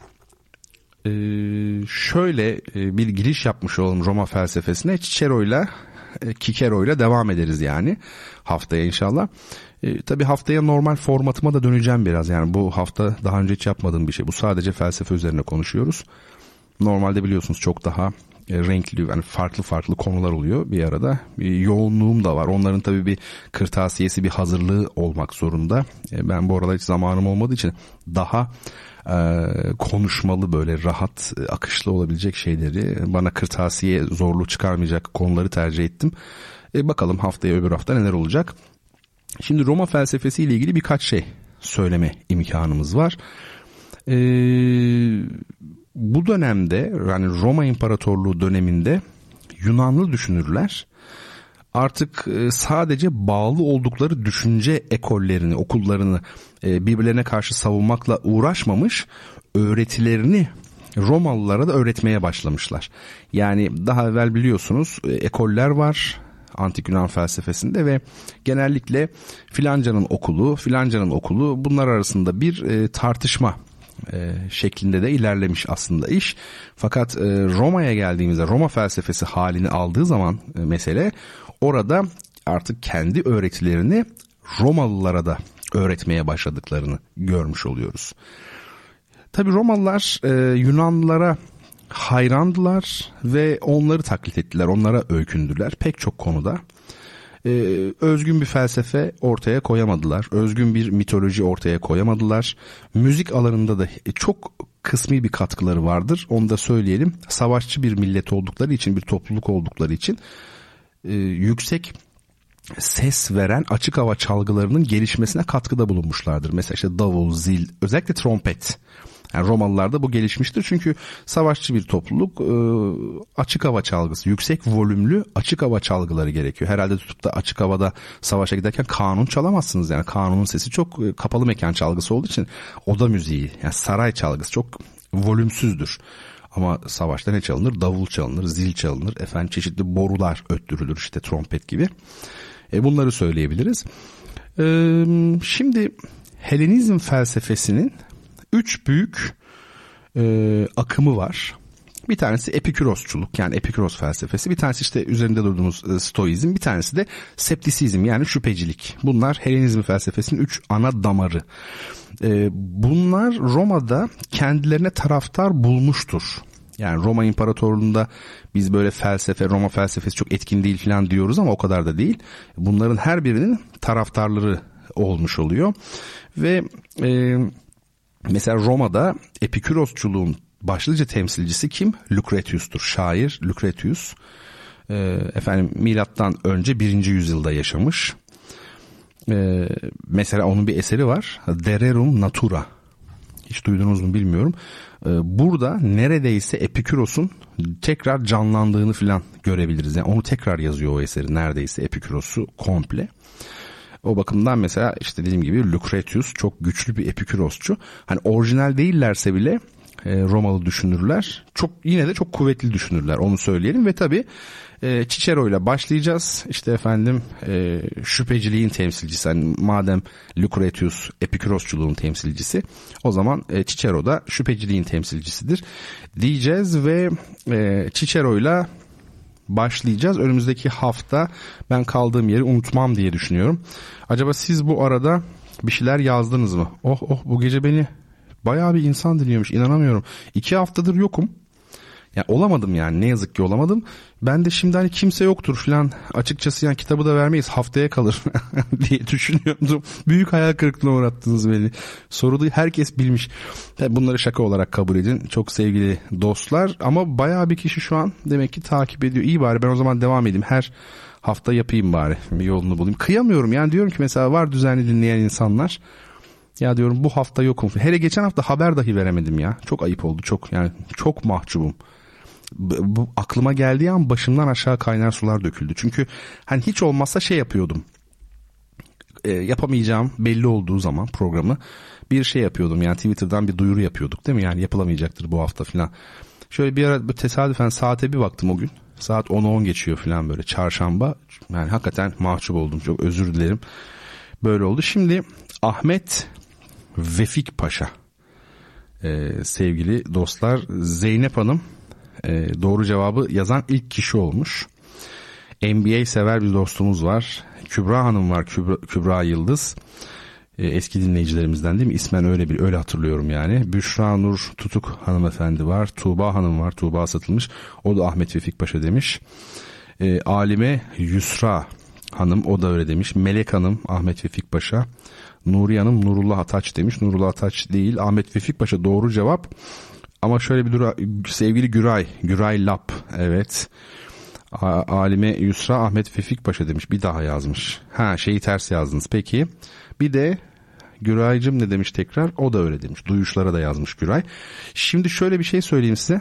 şöyle bir giriş yapmış olalım Roma felsefesine. Cicero'yla devam ederiz yani haftaya inşallah. Tabii haftaya normal formatıma da döneceğim biraz. Yani bu hafta daha önce hiç yapmadığım bir şey. Bu sadece felsefe üzerine konuşuyoruz. Normalde biliyorsunuz çok daha renkli, yani farklı konular oluyor bir arada. Yoğunluğum da var. Onların tabii bir kırtasiyesi, bir hazırlığı olmak zorunda. Ben bu aralar hiç zamanım olmadığı için daha konuşmalı, böyle rahat, akışlı olabilecek şeyleri, bana kırtasiye zorluğu çıkarmayacak konuları tercih ettim. Bakalım haftaya, öbür hafta neler olacak. Şimdi Roma felsefesiyle ilgili birkaç şey söyleme imkanımız var. Bu dönemde, yani Roma İmparatorluğu döneminde Yunanlı düşünürler artık sadece bağlı oldukları düşünce ekollerini, okullarını birbirlerine karşı savunmakla uğraşmamış, öğretilerini Romalılara da öğretmeye başlamışlar. Yani daha evvel biliyorsunuz ekoller var Antik Yunan felsefesinde ve genellikle filancanın okulu bunlar arasında bir tartışma şeklinde de ilerlemiş aslında iş. Fakat Roma'ya geldiğimizde, Roma felsefesi halini aldığı zaman mesele, orada artık kendi öğretilerini Romalılara da öğretmeye başladıklarını görmüş oluyoruz. Tabii Romalılar Yunanlılara hayrandılar ve onları taklit ettiler, onlara öykündüler pek çok konuda. Özgün bir felsefe ortaya koyamadılar. Özgün bir mitoloji ortaya koyamadılar. Müzik alanında da çok kısmi bir katkıları vardır. Onu da söyleyelim. Savaşçı bir millet oldukları için, bir topluluk oldukları için yüksek ses veren açık hava çalgılarının gelişmesine katkıda bulunmuşlardır. Mesela işte davul, zil, özellikle trompet. Yani Romalılarda bu gelişmiştir çünkü savaşçı bir topluluk, açık hava çalgısı, yüksek volümlü açık hava çalgıları gerekiyor. Herhalde tutup da açık havada savaşa giderken kanun çalamazsınız, yani kanunun sesi çok kapalı mekan çalgısı olduğu için oda müziği, yani saray çalgısı çok volümsüzdür. Ama savaşta ne çalınır? Davul çalınır, zil çalınır, çeşitli borular öttürülür, işte trompet gibi. Bunları söyleyebiliriz. Şimdi Helenizm felsefesinin 3 büyük akımı var. Bir tanesi Epikürosçuluk, yani Epikuros felsefesi. Bir tanesi işte üzerinde durduğumuz Stoizm. Bir tanesi de Septisizm, yani şüphecilik. Bunlar Helenizm felsefesinin 3 ana damarı. Bunlar Roma'da kendilerine taraftar bulmuştur. Yani Roma İmparatorluğu'nda biz böyle Roma felsefesi çok etkin değil falan diyoruz ama o kadar da değil. Bunların her birinin taraftarları olmuş oluyor. Ve mesela Roma'da Epikürosçuluğun başlıca temsilcisi kim? Lucretius'tur. Şair Lucretius. Milattan önce 1. yüzyılda yaşamış. Mesela onun bir eseri var. De Rerum Natura. Hiç duydunuz mu bilmiyorum. Burada neredeyse Epiküros'un tekrar canlandığını falan görebiliriz. Yani onu tekrar yazıyor o eseri, neredeyse Epiküros'u komple. O bakımdan mesela işte dediğim gibi Lucretius çok güçlü bir Epikurosçu. Hani orijinal değillerse bile Romalı düşünürler çok yine de çok kuvvetli düşünürler, onu söyleyelim. Ve tabii Cicero ile başlayacağız. İşte efendim şüpheciliğin temsilcisi. Yani madem Lucretius Epikurosçuluğun temsilcisi, o zaman Cicero da şüpheciliğin temsilcisidir diyeceğiz ve Cicero ile başlayacağız. Önümüzdeki hafta ben kaldığım yeri unutmam diye düşünüyorum. Acaba siz bu arada bir şeyler yazdınız mı? Bu gece beni bayağı bir insan dinliyormuş, inanamıyorum. 2 haftadır yokum. Ya olamadım yani, ne yazık ki olamadım. Ben de şimdi hani kimse yoktur falan, açıkçası yani kitabı da vermeyiz, haftaya kalır diye düşünüyordum. Büyük hayal kırıklığına uğrattınız beni. Soruyu herkes bilmiş. Tabii bunları şaka olarak kabul edin çok sevgili dostlar. Ama bayağı bir kişi şu an demek ki takip ediyor. İyi, bari ben o zaman devam edeyim. Her hafta yapayım bari, bir yolunu bulayım. Kıyamıyorum yani, diyorum ki mesela var düzenli dinleyen insanlar. Ya diyorum bu hafta yokum. Hele geçen hafta haber dahi veremedim ya. Çok ayıp oldu, çok yani çok mahcubum. Bu aklıma geldiği an başımdan aşağı kaynar sular döküldü. Çünkü hani hiç olmazsa şey yapıyordum. Yapamayacağım belli olduğu zaman programı bir şey yapıyordum. Yani Twitter'dan bir duyuru yapıyorduk değil mi? Yani yapılamayacaktır bu hafta falan. Şöyle bir ara tesadüfen saate bir baktım o gün. Saat 10'u 10 geçiyor falan, böyle çarşamba. Yani hakikaten mahcup oldum. Çok özür dilerim. Böyle oldu. Şimdi Ahmet Vefik Paşa, sevgili dostlar, Zeynep Hanım doğru cevabı yazan ilk kişi olmuş. NBA sever bir dostumuz var. Kübra Hanım var. Kübra Yıldız. Eski dinleyicilerimizden değil mi? İsmen öyle hatırlıyorum yani. Büşra Nur Tutuk hanımefendi var. Tuğba Hanım var. Tuğba Satılmış. O da Ahmet Vefik Paşa demiş. Alime Yusra Hanım, o da öyle demiş. Melek Hanım Ahmet Vefik Paşa. Nuriye Hanım Nurullah Ataç demiş. Nurullah Ataç değil, Ahmet Vefik Paşa doğru cevap. Ama şöyle bir sevgili Güray Lap, evet. Alime Yusra Ahmet Vefik Paşa demiş, bir daha yazmış. Şeyi ters yazdınız peki. Bir de Güraycığım ne demiş tekrar, o da öyle demiş. Duyuşlara da yazmış Güray. Şimdi şöyle bir şey söyleyeyim size.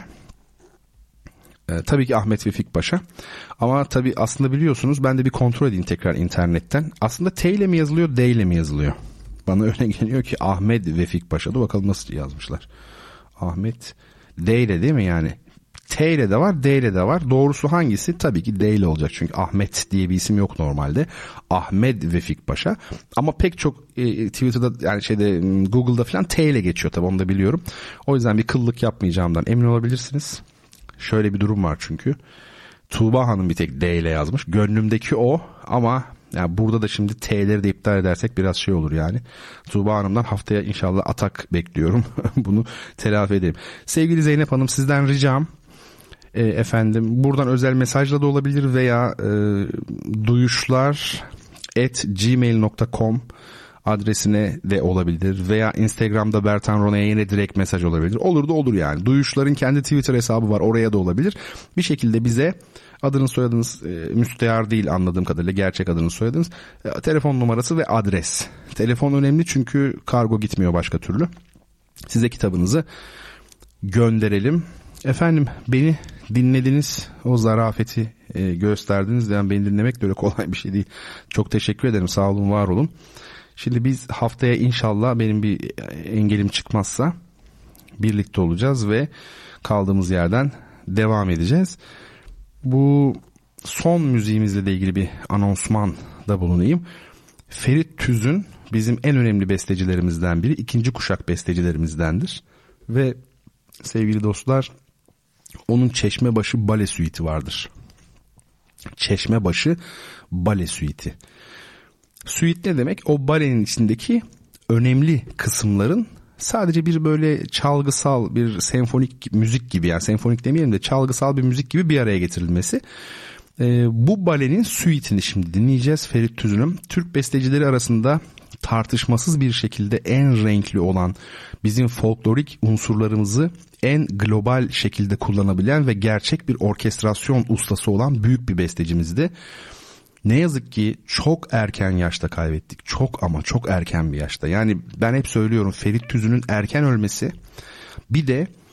Tabii ki Ahmet Vefik Paşa. Ama tabii aslında biliyorsunuz, ben de bir kontrol edeyim tekrar internetten. Aslında T ile mi yazılıyor, D ile mi yazılıyor? Bana öyle geliyor ki Ahmet Vefik Paşa. Dur bakalım nasıl yazmışlar. Ahmet D ile değil mi yani? T ile de var, D ile de var. Doğrusu hangisi? Tabii ki D ile olacak. Çünkü Ahmet diye bir isim yok normalde. Ahmet Vefik Paşa. Ama pek çok Twitter'da yani Google'da falan T ile geçiyor, tabii onu da biliyorum. O yüzden bir kıllık yapmayacağımdan emin olabilirsiniz. Şöyle bir durum var çünkü. Tuğba Hanım bir tek D ile yazmış. Gönlümdeki o, ama yani burada da şimdi T'leri de iptal edersek biraz şey olur yani. Tuğba Hanım'dan haftaya inşallah atak bekliyorum. Bunu telafi edelim. Sevgili Zeynep Hanım, sizden ricam efendim buradan özel mesajla da olabilir veya duyuşlar@gmail.com adresine de olabilir veya Instagram'da Bertan Rona'ya yine direkt mesaj olabilir. Olur da olur yani. Duyuşların kendi Twitter hesabı var, oraya da olabilir. Bir şekilde bize adınız soyadınız müstehar değil anladığım kadarıyla, gerçek adınız soyadınız, telefon numarası ve adres. Telefon önemli çünkü kargo gitmiyor başka türlü. Size kitabınızı gönderelim. Efendim beni dinlediniz, o zarafeti gösterdiniz. Yani beni dinlemek de öyle kolay bir şey değil. Çok teşekkür ederim, sağ olun, var olun. Şimdi biz haftaya inşallah, benim bir engelim çıkmazsa, birlikte olacağız ve kaldığımız yerden devam edeceğiz. Bu son müziğimizle de ilgili bir anonsman da bulunayım. Ferit Tüzün bizim en önemli bestecilerimizden biri. 2. kuşak bestecilerimizdendir. Ve sevgili dostlar, onun Çeşmebaşı Bale Suite'i vardır. Çeşmebaşı Bale Suite'i. Suite ne demek? O balenin içindeki önemli kısımların sadece bir böyle çalgısal, bir senfonik müzik gibi, yani senfonik demeyelim de çalgısal bir müzik gibi bir araya getirilmesi. Bu balenin suite'ini şimdi dinleyeceğiz. Ferit Tüzün'ün Türk bestecileri arasında tartışmasız bir şekilde en renkli olan, bizim folklorik unsurlarımızı en global şekilde kullanabilen ve gerçek bir orkestrasyon ustası olan büyük bir bestecimizdi. Ne yazık ki çok erken yaşta kaybettik. Çok ama çok erken bir yaşta. Yani ben hep söylüyorum, Ferit Tüzün'ün erken ölmesi, bir de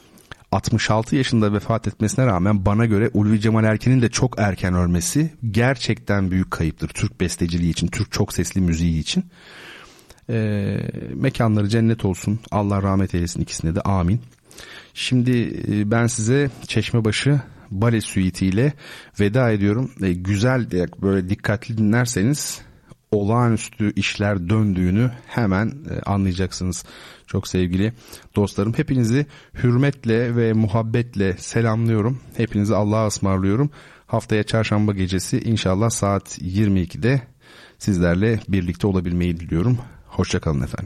66 yaşında vefat etmesine rağmen bana göre Ulvi Cemal Erkin'in de çok erken ölmesi gerçekten büyük kayıptır. Türk besteciliği için, Türk çok sesli müziği için. Mekanları cennet olsun. Allah rahmet eylesin ikisine de, amin. Şimdi ben size Çeşmebaşı Bale Suite ile veda ediyorum. Güzel, böyle dikkatli dinlerseniz olağanüstü işler döndüğünü hemen anlayacaksınız. Çok sevgili dostlarım, hepinizi hürmetle ve muhabbetle selamlıyorum. Hepinizi Allah'a ısmarlıyorum. Haftaya çarşamba gecesi inşallah saat 22'de sizlerle birlikte olabilmeyi diliyorum. Hoşça kalın efendim.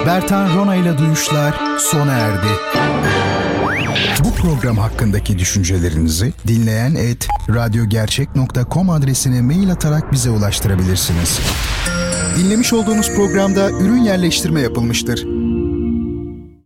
Bertan Rona ile Duyuşlar sona erdi. Bu program hakkındaki düşüncelerinizi dinleyen@radyogercek.com adresine mail atarak bize ulaştırabilirsiniz. Dinlemiş olduğunuz programda ürün yerleştirme yapılmıştır.